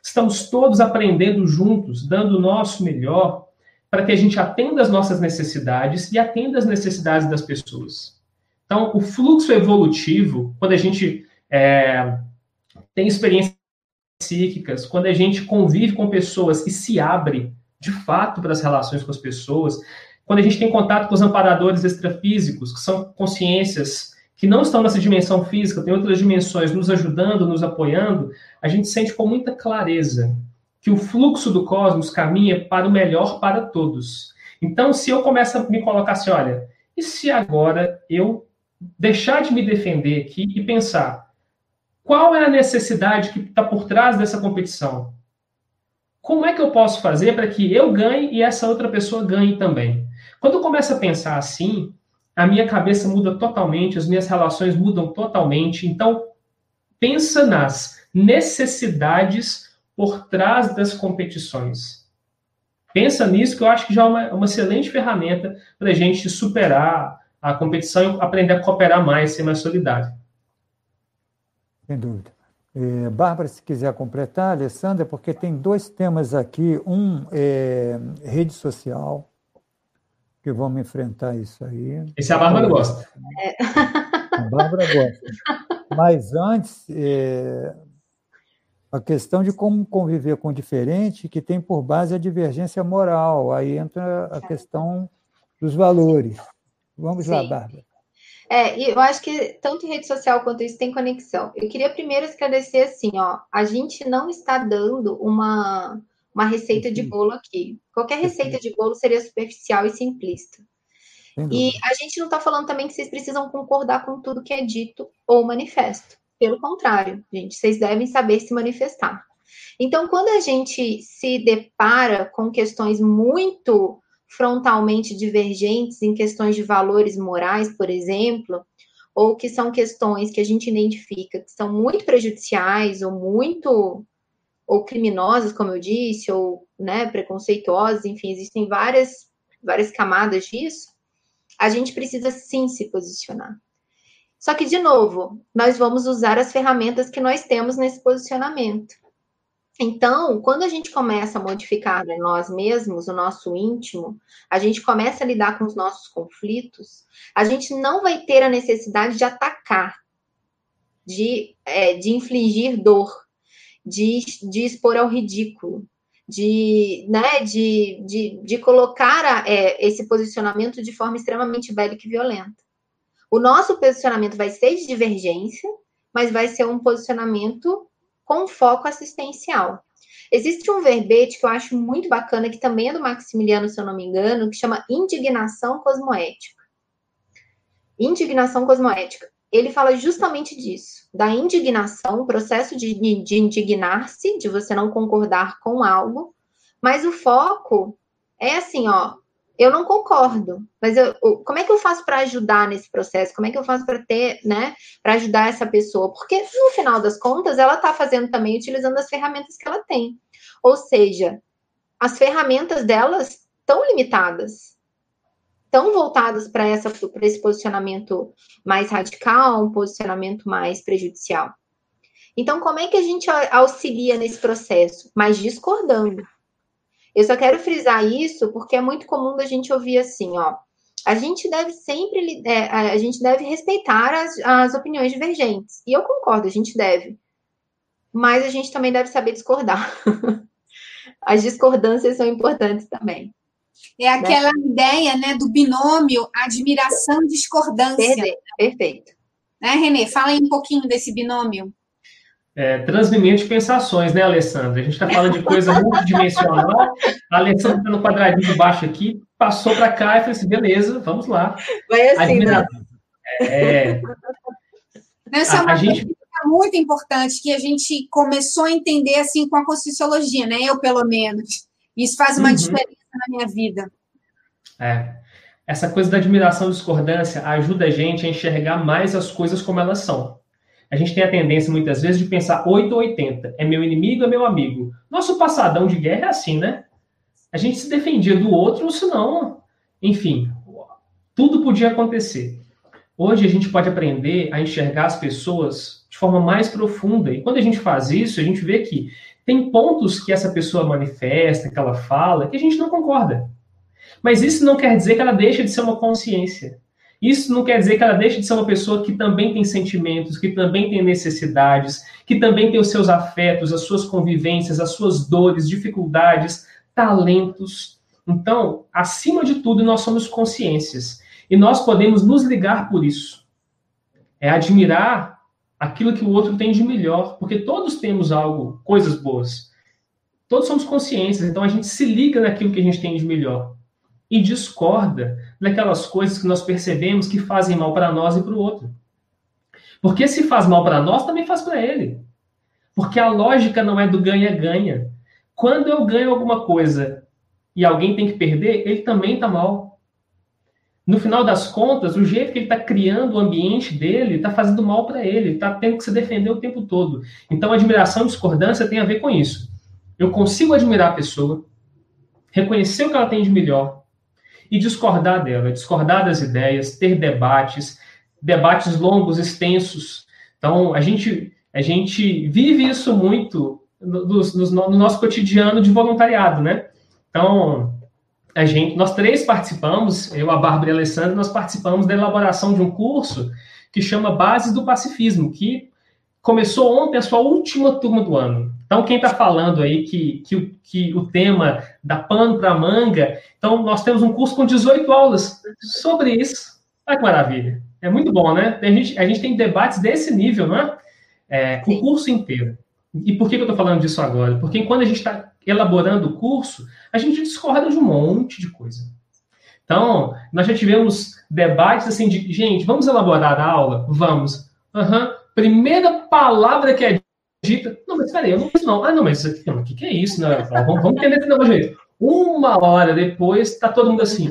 estamos todos aprendendo juntos, dando o nosso melhor para que a gente atenda as nossas necessidades e atenda as necessidades das pessoas. Então, o fluxo evolutivo, quando a gente tem experiências psíquicas, quando a gente convive com pessoas e se abre, de fato, para as relações com as pessoas, quando a gente tem contato com os amparadores extrafísicos, que são consciências que não estão nessa dimensão física, tem outras dimensões nos ajudando, nos apoiando, a gente sente com muita clareza que o fluxo do cosmos caminha para o melhor para todos. Então, se eu começo a me colocar assim, olha, e se agora eu deixar de me defender aqui e pensar qual é a necessidade que está por trás dessa competição? Como é que eu posso fazer para que eu ganhe e essa outra pessoa ganhe também? Quando eu começo a pensar assim, a minha cabeça muda totalmente, as minhas relações mudam totalmente. Então, pensa nas necessidades por trás das competições. Pensa nisso, que eu acho que já é uma excelente ferramenta para a gente superar a competição e aprender a cooperar mais, ser mais solidário. Sem dúvida. Bárbara, se quiser completar, Alessandra, porque tem dois temas aqui. Um é rede social, que vamos enfrentar isso aí. Esse a Bárbara gosta. A Bárbara gosta. Mas antes, a questão de como conviver com o diferente, que tem por base a divergência moral. Aí entra a questão dos valores. Vamos lá, Bárbara. E eu acho que tanto rede social quanto isso tem conexão. Eu queria primeiro esclarecer assim, a gente não está dando uma receita de bolo aqui. Qualquer receita de bolo seria superficial e simplista. E a gente não está falando também que vocês precisam concordar com tudo que é dito ou manifesto. Pelo contrário, gente, vocês devem saber se manifestar. Então, quando a gente se depara com questões muito frontalmente divergentes em questões de valores morais, por exemplo, ou que são questões que a gente identifica que são muito prejudiciais ou criminosas, como eu disse, ou preconceituosas, enfim, existem várias camadas disso, a gente precisa sim se posicionar. Só que, de novo, nós vamos usar as ferramentas que nós temos nesse posicionamento. Então, quando a gente começa a modificar nós mesmos, o nosso íntimo, a gente começa a lidar com os nossos conflitos, a gente não vai ter a necessidade de atacar, de infligir dor, de expor ao ridículo, de colocar esse posicionamento de forma extremamente bélica e violenta. O nosso posicionamento vai ser de divergência, mas vai ser um posicionamento com foco assistencial. Existe um verbete que eu acho muito bacana, que também é do Maximiliano, se eu não me engano, que chama indignação cosmoética. Indignação cosmoética. Ele fala justamente disso, da indignação, o processo de indignar-se, de você não concordar com algo, mas o foco é assim, eu não concordo, mas como é que eu faço para ajudar nesse processo? Como é que eu faço para para ajudar essa pessoa? Porque, no final das contas, ela está fazendo também utilizando as ferramentas que ela tem. Ou seja, as ferramentas delas estão limitadas, estão voltadas para esse posicionamento mais radical, um posicionamento mais prejudicial. Então, como é que a gente auxilia nesse processo? Mas discordando. Eu só quero frisar isso porque é muito comum da gente ouvir assim, a gente deve sempre, a gente deve respeitar as opiniões divergentes. E eu concordo, a gente deve. Mas a gente também deve saber discordar. As discordâncias são importantes também. É aquela ideia, do binômio admiração-discordância. Perfeito. Renê? Fala aí um pouquinho desse binômio. Translimento pensações, né, Alessandra? A gente está falando de coisa multidimensional. A Alessandra está no quadradinho de baixo aqui, passou para cá e falou assim, beleza, vamos lá. Vai assim, Essa é uma coisa muito importante que a gente começou a entender assim com a Conscienciologia, né? Eu, pelo menos. Isso faz uma diferença na minha vida. Essa coisa da admiração e discordância ajuda a gente a enxergar mais as coisas como elas são. A gente tem a tendência, muitas vezes, de pensar 8 ou 80. É meu inimigo, é meu amigo. Nosso passadão de guerra é assim, né? A gente se defendia do outro, senão... Enfim, tudo podia acontecer. Hoje, a gente pode aprender a enxergar as pessoas de forma mais profunda. E quando a gente faz isso, a gente vê que Tem pontos que essa pessoa manifesta, que ela fala, que a gente não concorda. Mas isso não quer dizer que ela deixa de ser uma consciência. Isso não quer dizer que ela deixa de ser uma pessoa que também tem sentimentos, que também tem necessidades, que também tem os seus afetos, as suas convivências, as suas dores, dificuldades, talentos. Então, acima de tudo, nós somos consciências. E nós podemos nos ligar por isso. É admirar aquilo que o outro tem de melhor, porque todos temos algo, coisas boas. Todos somos consciências, então a gente se liga naquilo que a gente tem de melhor. E discorda daquelas coisas que nós percebemos que fazem mal para nós e para o outro. Porque se faz mal para nós, também faz para ele. Porque a lógica não é do ganha-ganha. Quando eu ganho alguma coisa e alguém tem que perder, ele também está mal. No final das contas, o jeito que ele está criando o ambiente dele está fazendo mal para ele, está tendo que se defender o tempo todo. Então, admiração e discordância tem a ver com isso. Eu consigo admirar a pessoa, reconhecer o que ela tem de melhor, e discordar dela, discordar das ideias, ter debates longos, extensos. Então, a gente vive isso muito no nosso cotidiano de voluntariado, né? Então, nós três participamos, eu, a Bárbara e a Alessandra, nós participamos da elaboração de um curso que chama Bases do Pacifismo, que começou ontem a sua última turma do ano. Então, quem está falando aí que o tema dá pano para manga, então nós temos um curso com 18 aulas sobre isso. Olha que maravilha. É muito bom, né? A gente tem debates desse nível, não é? O curso inteiro. E por que eu estou falando disso agora? Porque quando a gente está elaborando o curso, a gente discorda de um monte de coisa. Então, nós já tivemos debates assim de, gente, vamos elaborar a aula? Vamos. Primeira palavra que é dita, não, mas peraí, eu não fiz não. Ah, não, mas isso aqui, o que é isso? Né? Vamos entender esse negócio direito. Uma hora depois, está todo mundo assim,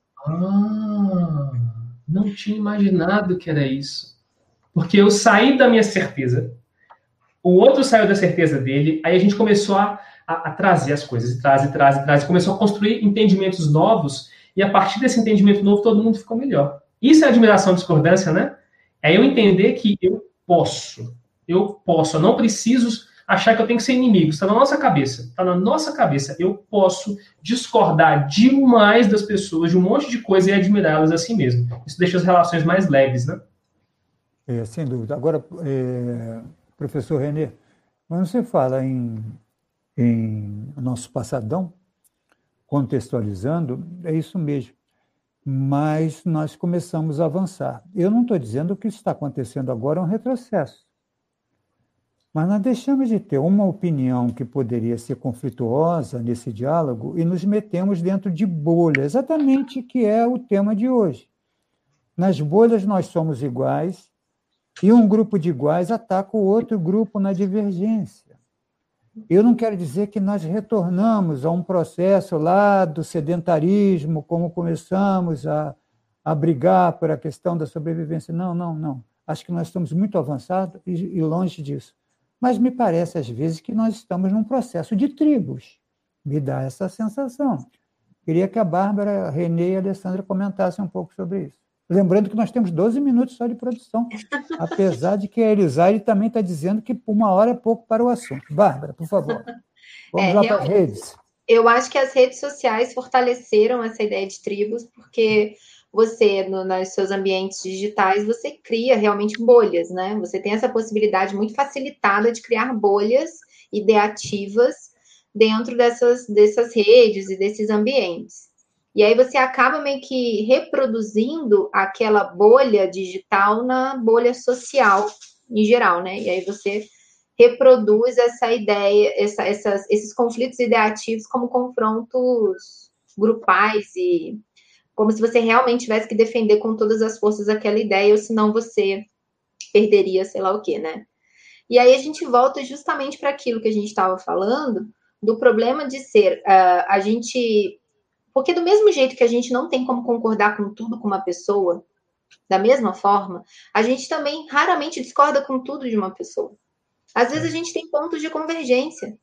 não tinha imaginado que era isso. Porque eu saí da minha certeza, o outro saiu da certeza dele, aí a gente começou a trazer as coisas, e traz, começou a construir entendimentos novos, e a partir desse entendimento novo, todo mundo ficou melhor. Isso é admiração e discordância, né? É eu entender que eu posso, eu não preciso achar que eu tenho que ser inimigo, está na nossa cabeça, eu posso discordar demais das pessoas, de um monte de coisa e admirá-las assim mesmo. Isso deixa as relações mais leves, né? Sem dúvida. Agora, professor Renê, quando você fala em nosso passadão, contextualizando, é isso mesmo. Mas nós começamos a avançar. Eu não estou dizendo que o que está acontecendo agora é um retrocesso. Mas nós deixamos de ter uma opinião que poderia ser conflituosa nesse diálogo e nos metemos dentro de bolhas, exatamente que é o tema de hoje. Nas bolhas nós somos iguais e um grupo de iguais ataca o outro grupo na divergência. Eu não quero dizer que nós retornamos a um processo lá do sedentarismo, como começamos a brigar por a questão da sobrevivência. Não. Acho que nós estamos muito avançados e longe disso. Mas me parece, às vezes, que nós estamos num processo de tribos. Me dá essa sensação. Queria que a Bárbara, a Renê e a Alessandra comentassem um pouco sobre isso. Lembrando que nós temos 12 minutos só de produção, apesar de que a Elisaire também está dizendo que 1 hora é pouco para o assunto. Bárbara, por favor, vamos lá para as redes. Eu acho que as redes sociais fortaleceram essa ideia de tribos, porque você, nos seus ambientes digitais, você cria realmente bolhas, né? Você tem essa possibilidade muito facilitada de criar bolhas ideativas dentro dessas redes e desses ambientes. E aí você acaba meio que reproduzindo aquela bolha digital na bolha social em geral, né? E aí você reproduz essa ideia, esses conflitos ideativos como confrontos grupais e como se você realmente tivesse que defender com todas as forças aquela ideia, ou senão você perderia sei lá o quê, né? E aí a gente volta justamente para aquilo que a gente estava falando, do problema de ser a gente... Porque do mesmo jeito que a gente não tem como concordar com tudo com uma pessoa, da mesma forma, a gente também raramente discorda com tudo de uma pessoa. Às vezes a gente tem pontos de convergência.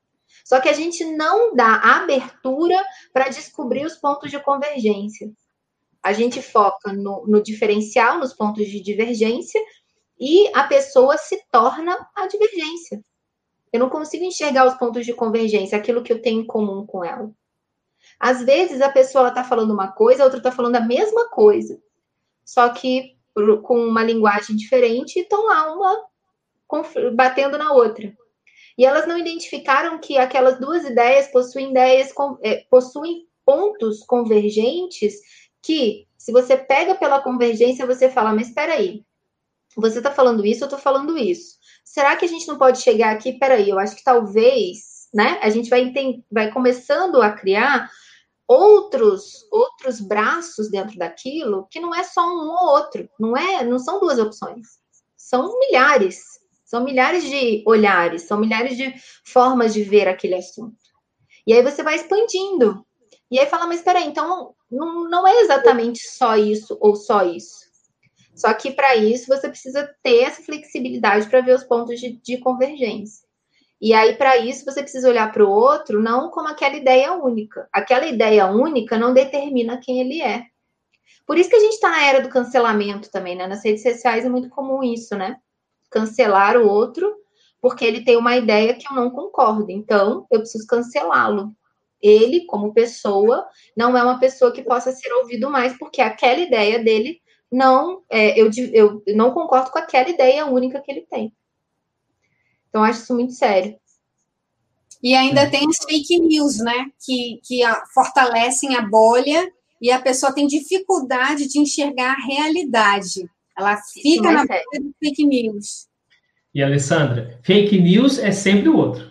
Só que a gente não dá abertura para descobrir os pontos de convergência. A gente foca no diferencial, nos pontos de divergência, e a pessoa se torna a divergência. Eu não consigo enxergar os pontos de convergência, aquilo que eu tenho em comum com ela. Às vezes a pessoa está falando uma coisa, a outra está falando a mesma coisa, só que com uma linguagem diferente e estão lá uma batendo na outra. E elas não identificaram que aquelas duas ideias possuem pontos convergentes que, se você pega pela convergência, você fala, mas espera aí, você está falando isso, eu estou falando isso. Será que a gente não pode chegar aqui? Espera aí, eu acho que talvez, né? A gente vai começando a criar outros braços dentro daquilo que não é só um ou outro, não são duas opções, são milhares de olhares, são milhares de formas de ver aquele assunto. E aí você vai expandindo. E aí fala, mas espera aí, então não é exatamente só isso ou só isso. Só que para isso você precisa ter essa flexibilidade para ver os pontos de convergência. E aí, para isso, você precisa olhar para o outro não como aquela ideia única. Aquela ideia única não determina quem ele é. Por isso que a gente está na era do cancelamento também, né? Nas redes sociais é muito comum isso, né? Cancelar o outro porque ele tem uma ideia que eu não concordo. Então, eu preciso cancelá-lo. Ele, como pessoa, não é uma pessoa que possa ser ouvido mais, porque aquela ideia dele eu não concordo com aquela ideia única que ele tem. Então, acho isso muito sério. E ainda tem as fake news, né? Que fortalecem a bolha e a pessoa tem dificuldade de enxergar a realidade. Ela fica na bolha de fake news. E, Alessandra, fake news é sempre o outro.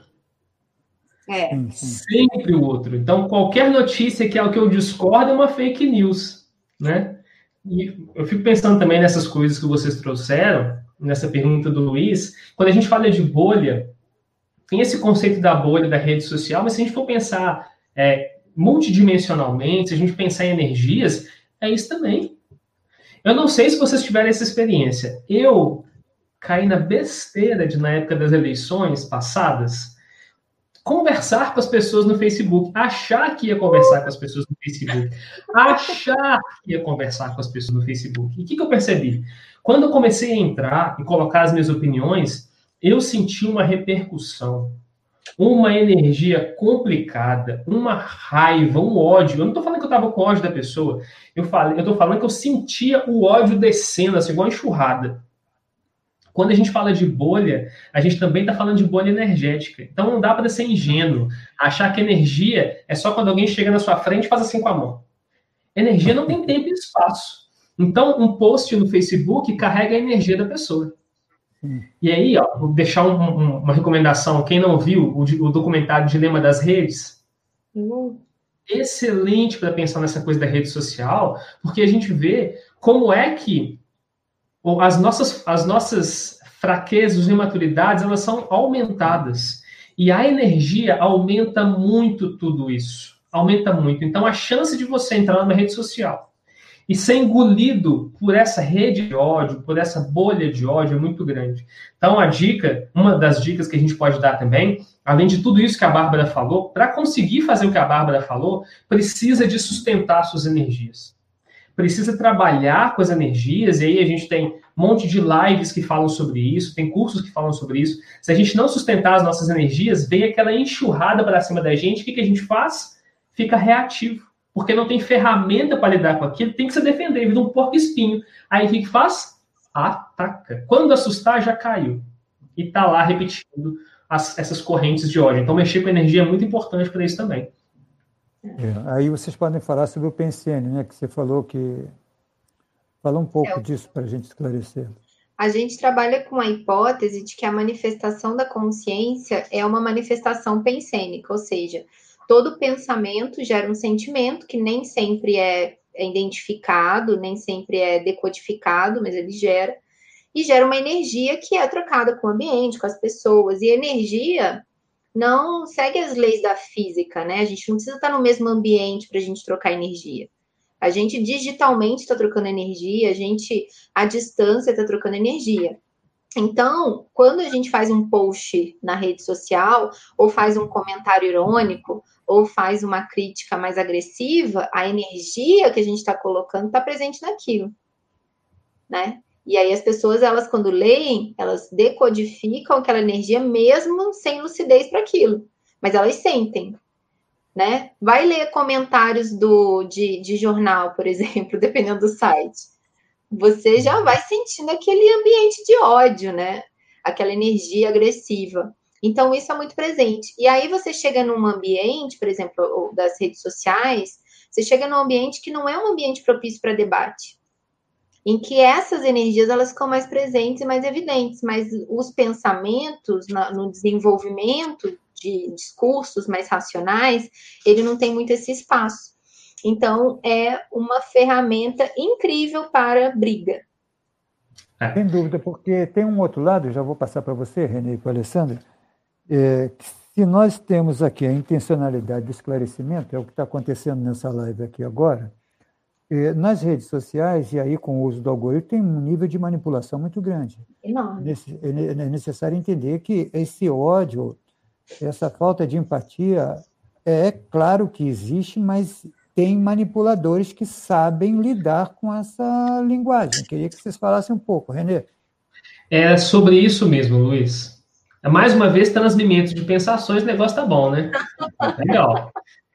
Sempre o outro. Então, qualquer notícia que é o que eu discordo é uma fake news, né? E eu fico pensando também nessas coisas que vocês trouxeram, nessa pergunta do Luiz. Quando a gente fala de bolha, tem esse conceito da bolha da rede social, mas se a gente for pensar multidimensionalmente, se a gente pensar em energias, é isso também. Eu não sei se vocês tiveram essa experiência. Eu caí na besteira na época das eleições passadas, conversar com as pessoas no Facebook, achar que ia conversar com as pessoas no Facebook, achar que ia conversar com as pessoas no Facebook. E o que eu percebi? Quando eu comecei a entrar e colocar as minhas opiniões, eu senti uma repercussão, uma energia complicada, uma raiva, um ódio. Eu não estou falando que eu estava com ódio da pessoa, eu estou falando que eu sentia o ódio descendo, assim, igual enxurrada. Quando a gente fala de bolha, a gente também está falando de bolha energética. Então não dá para ser ingênuo, achar que energia é só quando alguém chega na sua frente e faz assim com a mão. Energia não tem tempo e espaço. Então, um post no Facebook carrega a energia da pessoa. E aí, vou deixar uma recomendação. Quem não viu o documentário Dilema das Redes, excelente para pensar nessa coisa da rede social, porque a gente vê como é que as nossas fraquezas e imaturidades, elas são aumentadas. E a energia aumenta muito tudo isso. Aumenta muito. Então, a chance de você entrar numa rede social e ser engolido por essa rede de ódio, por essa bolha de ódio é muito grande. Então, uma das dicas que a gente pode dar também, além de tudo isso que a Bárbara falou, para conseguir fazer o que a Bárbara falou, precisa de sustentar suas energias. Precisa trabalhar com as energias, e aí a gente tem um monte de lives que falam sobre isso, tem cursos que falam sobre isso. Se a gente não sustentar as nossas energias, vem aquela enxurrada para cima da gente, o que a gente faz? Fica reativo. Porque não tem ferramenta para lidar com aquilo, tem que se defender, vira um porco-espinho. Aí o que faz? Ataca. Quando assustar, já caiu. E está lá repetindo essas correntes de ódio. Então, mexer com energia é muito importante para isso também. Aí vocês podem falar sobre o PNCN, né? Que você falou que... Fala um pouco disso para a gente esclarecer. A gente trabalha com a hipótese de que a manifestação da consciência é uma manifestação pensênica, ou seja, todo pensamento gera um sentimento que nem sempre é identificado, nem sempre é decodificado, mas ele gera. E gera uma energia que é trocada com o ambiente, com as pessoas. E energia não segue as leis da física, né? A gente não precisa estar no mesmo ambiente para a gente trocar energia. A gente digitalmente está trocando energia, a gente à distância está trocando energia. Então, quando a gente faz um post na rede social, ou faz um comentário irônico, ou faz uma crítica mais agressiva, a energia que a gente está colocando está presente naquilo, né? E aí as pessoas, elas quando leem, elas decodificam aquela energia mesmo sem lucidez para aquilo. Mas elas sentem, né? Vai ler comentários de jornal, por exemplo, dependendo do site. Você já vai sentindo aquele ambiente de ódio, né? Aquela energia agressiva. Então, isso é muito presente. E aí você chega num ambiente, por exemplo, das redes sociais, você chega num ambiente que não é um ambiente propício para debate, em que essas energias elas ficam mais presentes e mais evidentes, mas os pensamentos no desenvolvimento de discursos mais racionais, ele não tem muito esse espaço. Então, é uma ferramenta incrível para briga. Sem dúvida, porque tem um outro lado, já vou passar para você, Renê, e para a Alessandra, se nós temos aqui a intencionalidade do esclarecimento, é o que está acontecendo nessa live aqui agora, nas redes sociais, e aí com o uso do algoritmo, tem um nível de manipulação muito grande. Enorme. É necessário entender que esse ódio, essa falta de empatia, é claro que existe, mas tem manipuladores que sabem lidar com essa linguagem. Queria que vocês falassem um pouco, Renê. É sobre isso mesmo, Luiz. Mais uma vez, transmimento de pensações, o negócio tá bom, né? Legal.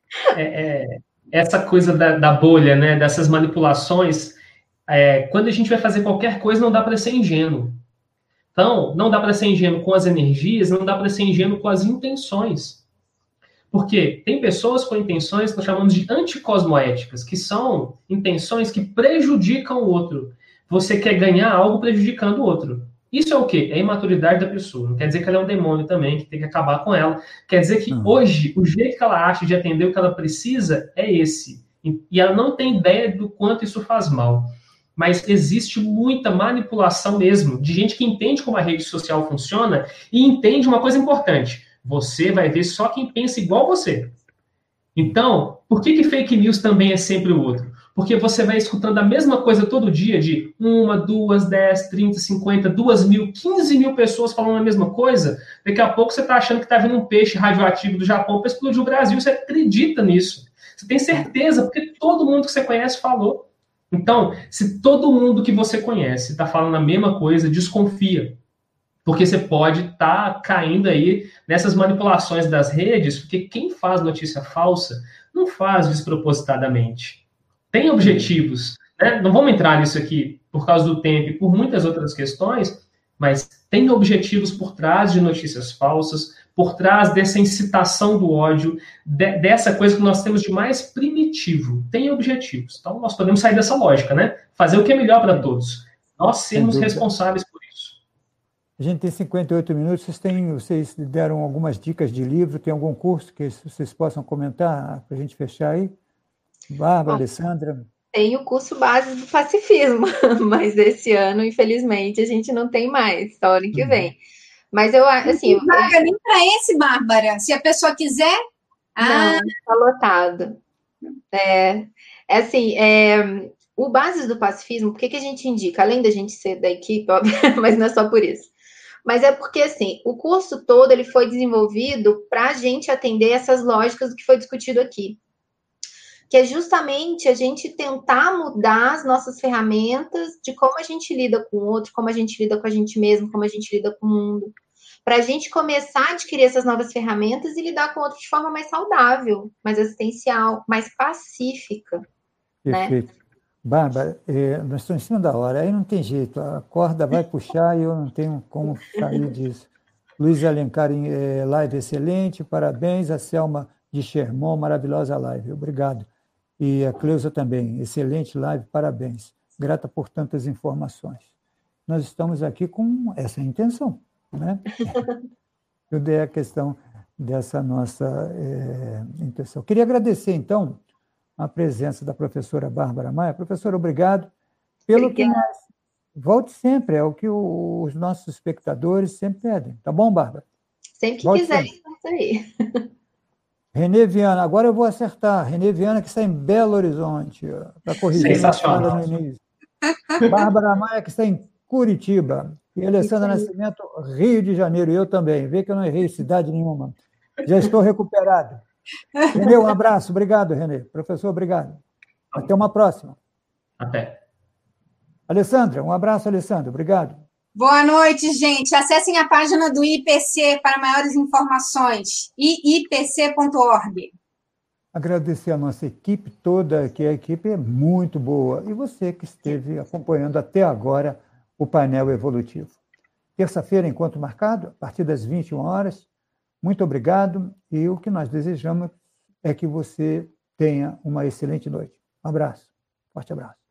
Essa coisa da bolha, né? Dessas manipulações, quando a gente vai fazer qualquer coisa, não dá para ser ingênuo. Então, não dá para ser ingênuo com as energias, não dá para ser ingênuo com as intenções. Porque tem pessoas com intenções que nós chamamos de anticosmoéticas, que são intenções que prejudicam o outro. Você quer ganhar algo prejudicando o outro. Isso é o quê? É a imaturidade da pessoa. Não quer dizer que ela é um demônio também, que tem que acabar com ela. Quer dizer que hoje, o jeito que ela acha de atender o que ela precisa é esse. E ela não tem ideia do quanto isso faz mal. Mas existe muita manipulação mesmo, de gente que entende como a rede social funciona e entende uma coisa importante. Você vai ver só quem pensa igual você. Então, por que fake news também é sempre o outro? Porque você vai escutando a mesma coisa todo dia de 1, 2, 10, 30, 50, 2.000, 15.000 pessoas falando a mesma coisa. Daqui a pouco você está achando que está vindo um peixe radioativo do Japão para explodir o Brasil. Você acredita nisso. Você tem certeza, porque todo mundo que você conhece falou. Então, se todo mundo que você conhece está falando a mesma coisa, desconfia. Porque você pode estar caindo aí nessas manipulações das redes, porque quem faz notícia falsa não faz despropositadamente. Tem objetivos, né? Não vamos entrar nisso aqui por causa do tempo e por muitas outras questões, mas tem objetivos por trás de notícias falsas, por trás dessa incitação do ódio, dessa coisa que nós temos de mais primitivo. Tem objetivos. Então, nós podemos sair dessa lógica, né? Fazer o que é melhor para todos. Nós sermos responsáveis por isso. A gente tem 58 minutos. Vocês deram algumas dicas de livro? Tem algum curso que vocês possam comentar para a gente fechar aí? Bárbara, Alessandra? Tem o curso base do pacifismo, mas esse ano, infelizmente, a gente não tem mais, só ano que vem. Mas eu, assim... Não paga nem para esse, Bárbara. Se a pessoa quiser... Não, está lotado. O Bases do Pacifismo, por que a gente indica? Além da gente ser da equipe, óbvio, mas não é só por isso. Mas é porque, assim, o curso todo ele foi desenvolvido para a gente atender essas lógicas do que foi discutido aqui. Que é justamente a gente tentar mudar as nossas ferramentas de como a gente lida com o outro, como a gente lida com a gente mesmo, como a gente lida com o mundo. Para a gente começar a adquirir essas novas ferramentas e lidar com o outro de forma mais saudável, mais assistencial, mais pacífica. Perfeito. Né? Bárbara, nós estamos em cima da hora, aí não tem jeito, a corda vai puxar e eu não tenho como sair disso. Luiz Alencar, live excelente, parabéns. A Selma de Sherman, maravilhosa live, obrigado. E a Cleusa também, excelente live, parabéns. Grata por tantas informações. Nós estamos aqui com essa intenção, né? Tudo é a questão dessa nossa intenção. Queria agradecer, então, a presença da professora Bárbara Maia. Professora, obrigado pelo que nós... Volte sempre, é o que os nossos espectadores sempre pedem. Tá bom, Bárbara? Sempre que quiser, estamos aí. Renê Viana, agora eu vou acertar. Renê Viana, que está em Belo Horizonte, para corrigir. Sensacional. No início. Bárbara Maia, que está em Curitiba. E Alessandra Nascimento, Rio de Janeiro. E eu também. Vê que eu não errei cidade nenhuma. Já estou recuperado. Renê, um abraço. Obrigado, Renê. Professor, obrigado. Até uma próxima. Até. Alessandra, um abraço, Alessandra. Obrigado. Boa noite, gente. Acessem a página do IPC para maiores informações, iipc.org. Agradecer a nossa equipe toda, que a equipe é muito boa, e você que esteve acompanhando até agora o painel evolutivo. Terça-feira, encontro marcado, a partir das 21 horas. Muito obrigado, e o que nós desejamos é que você tenha uma excelente noite. Um abraço, forte abraço.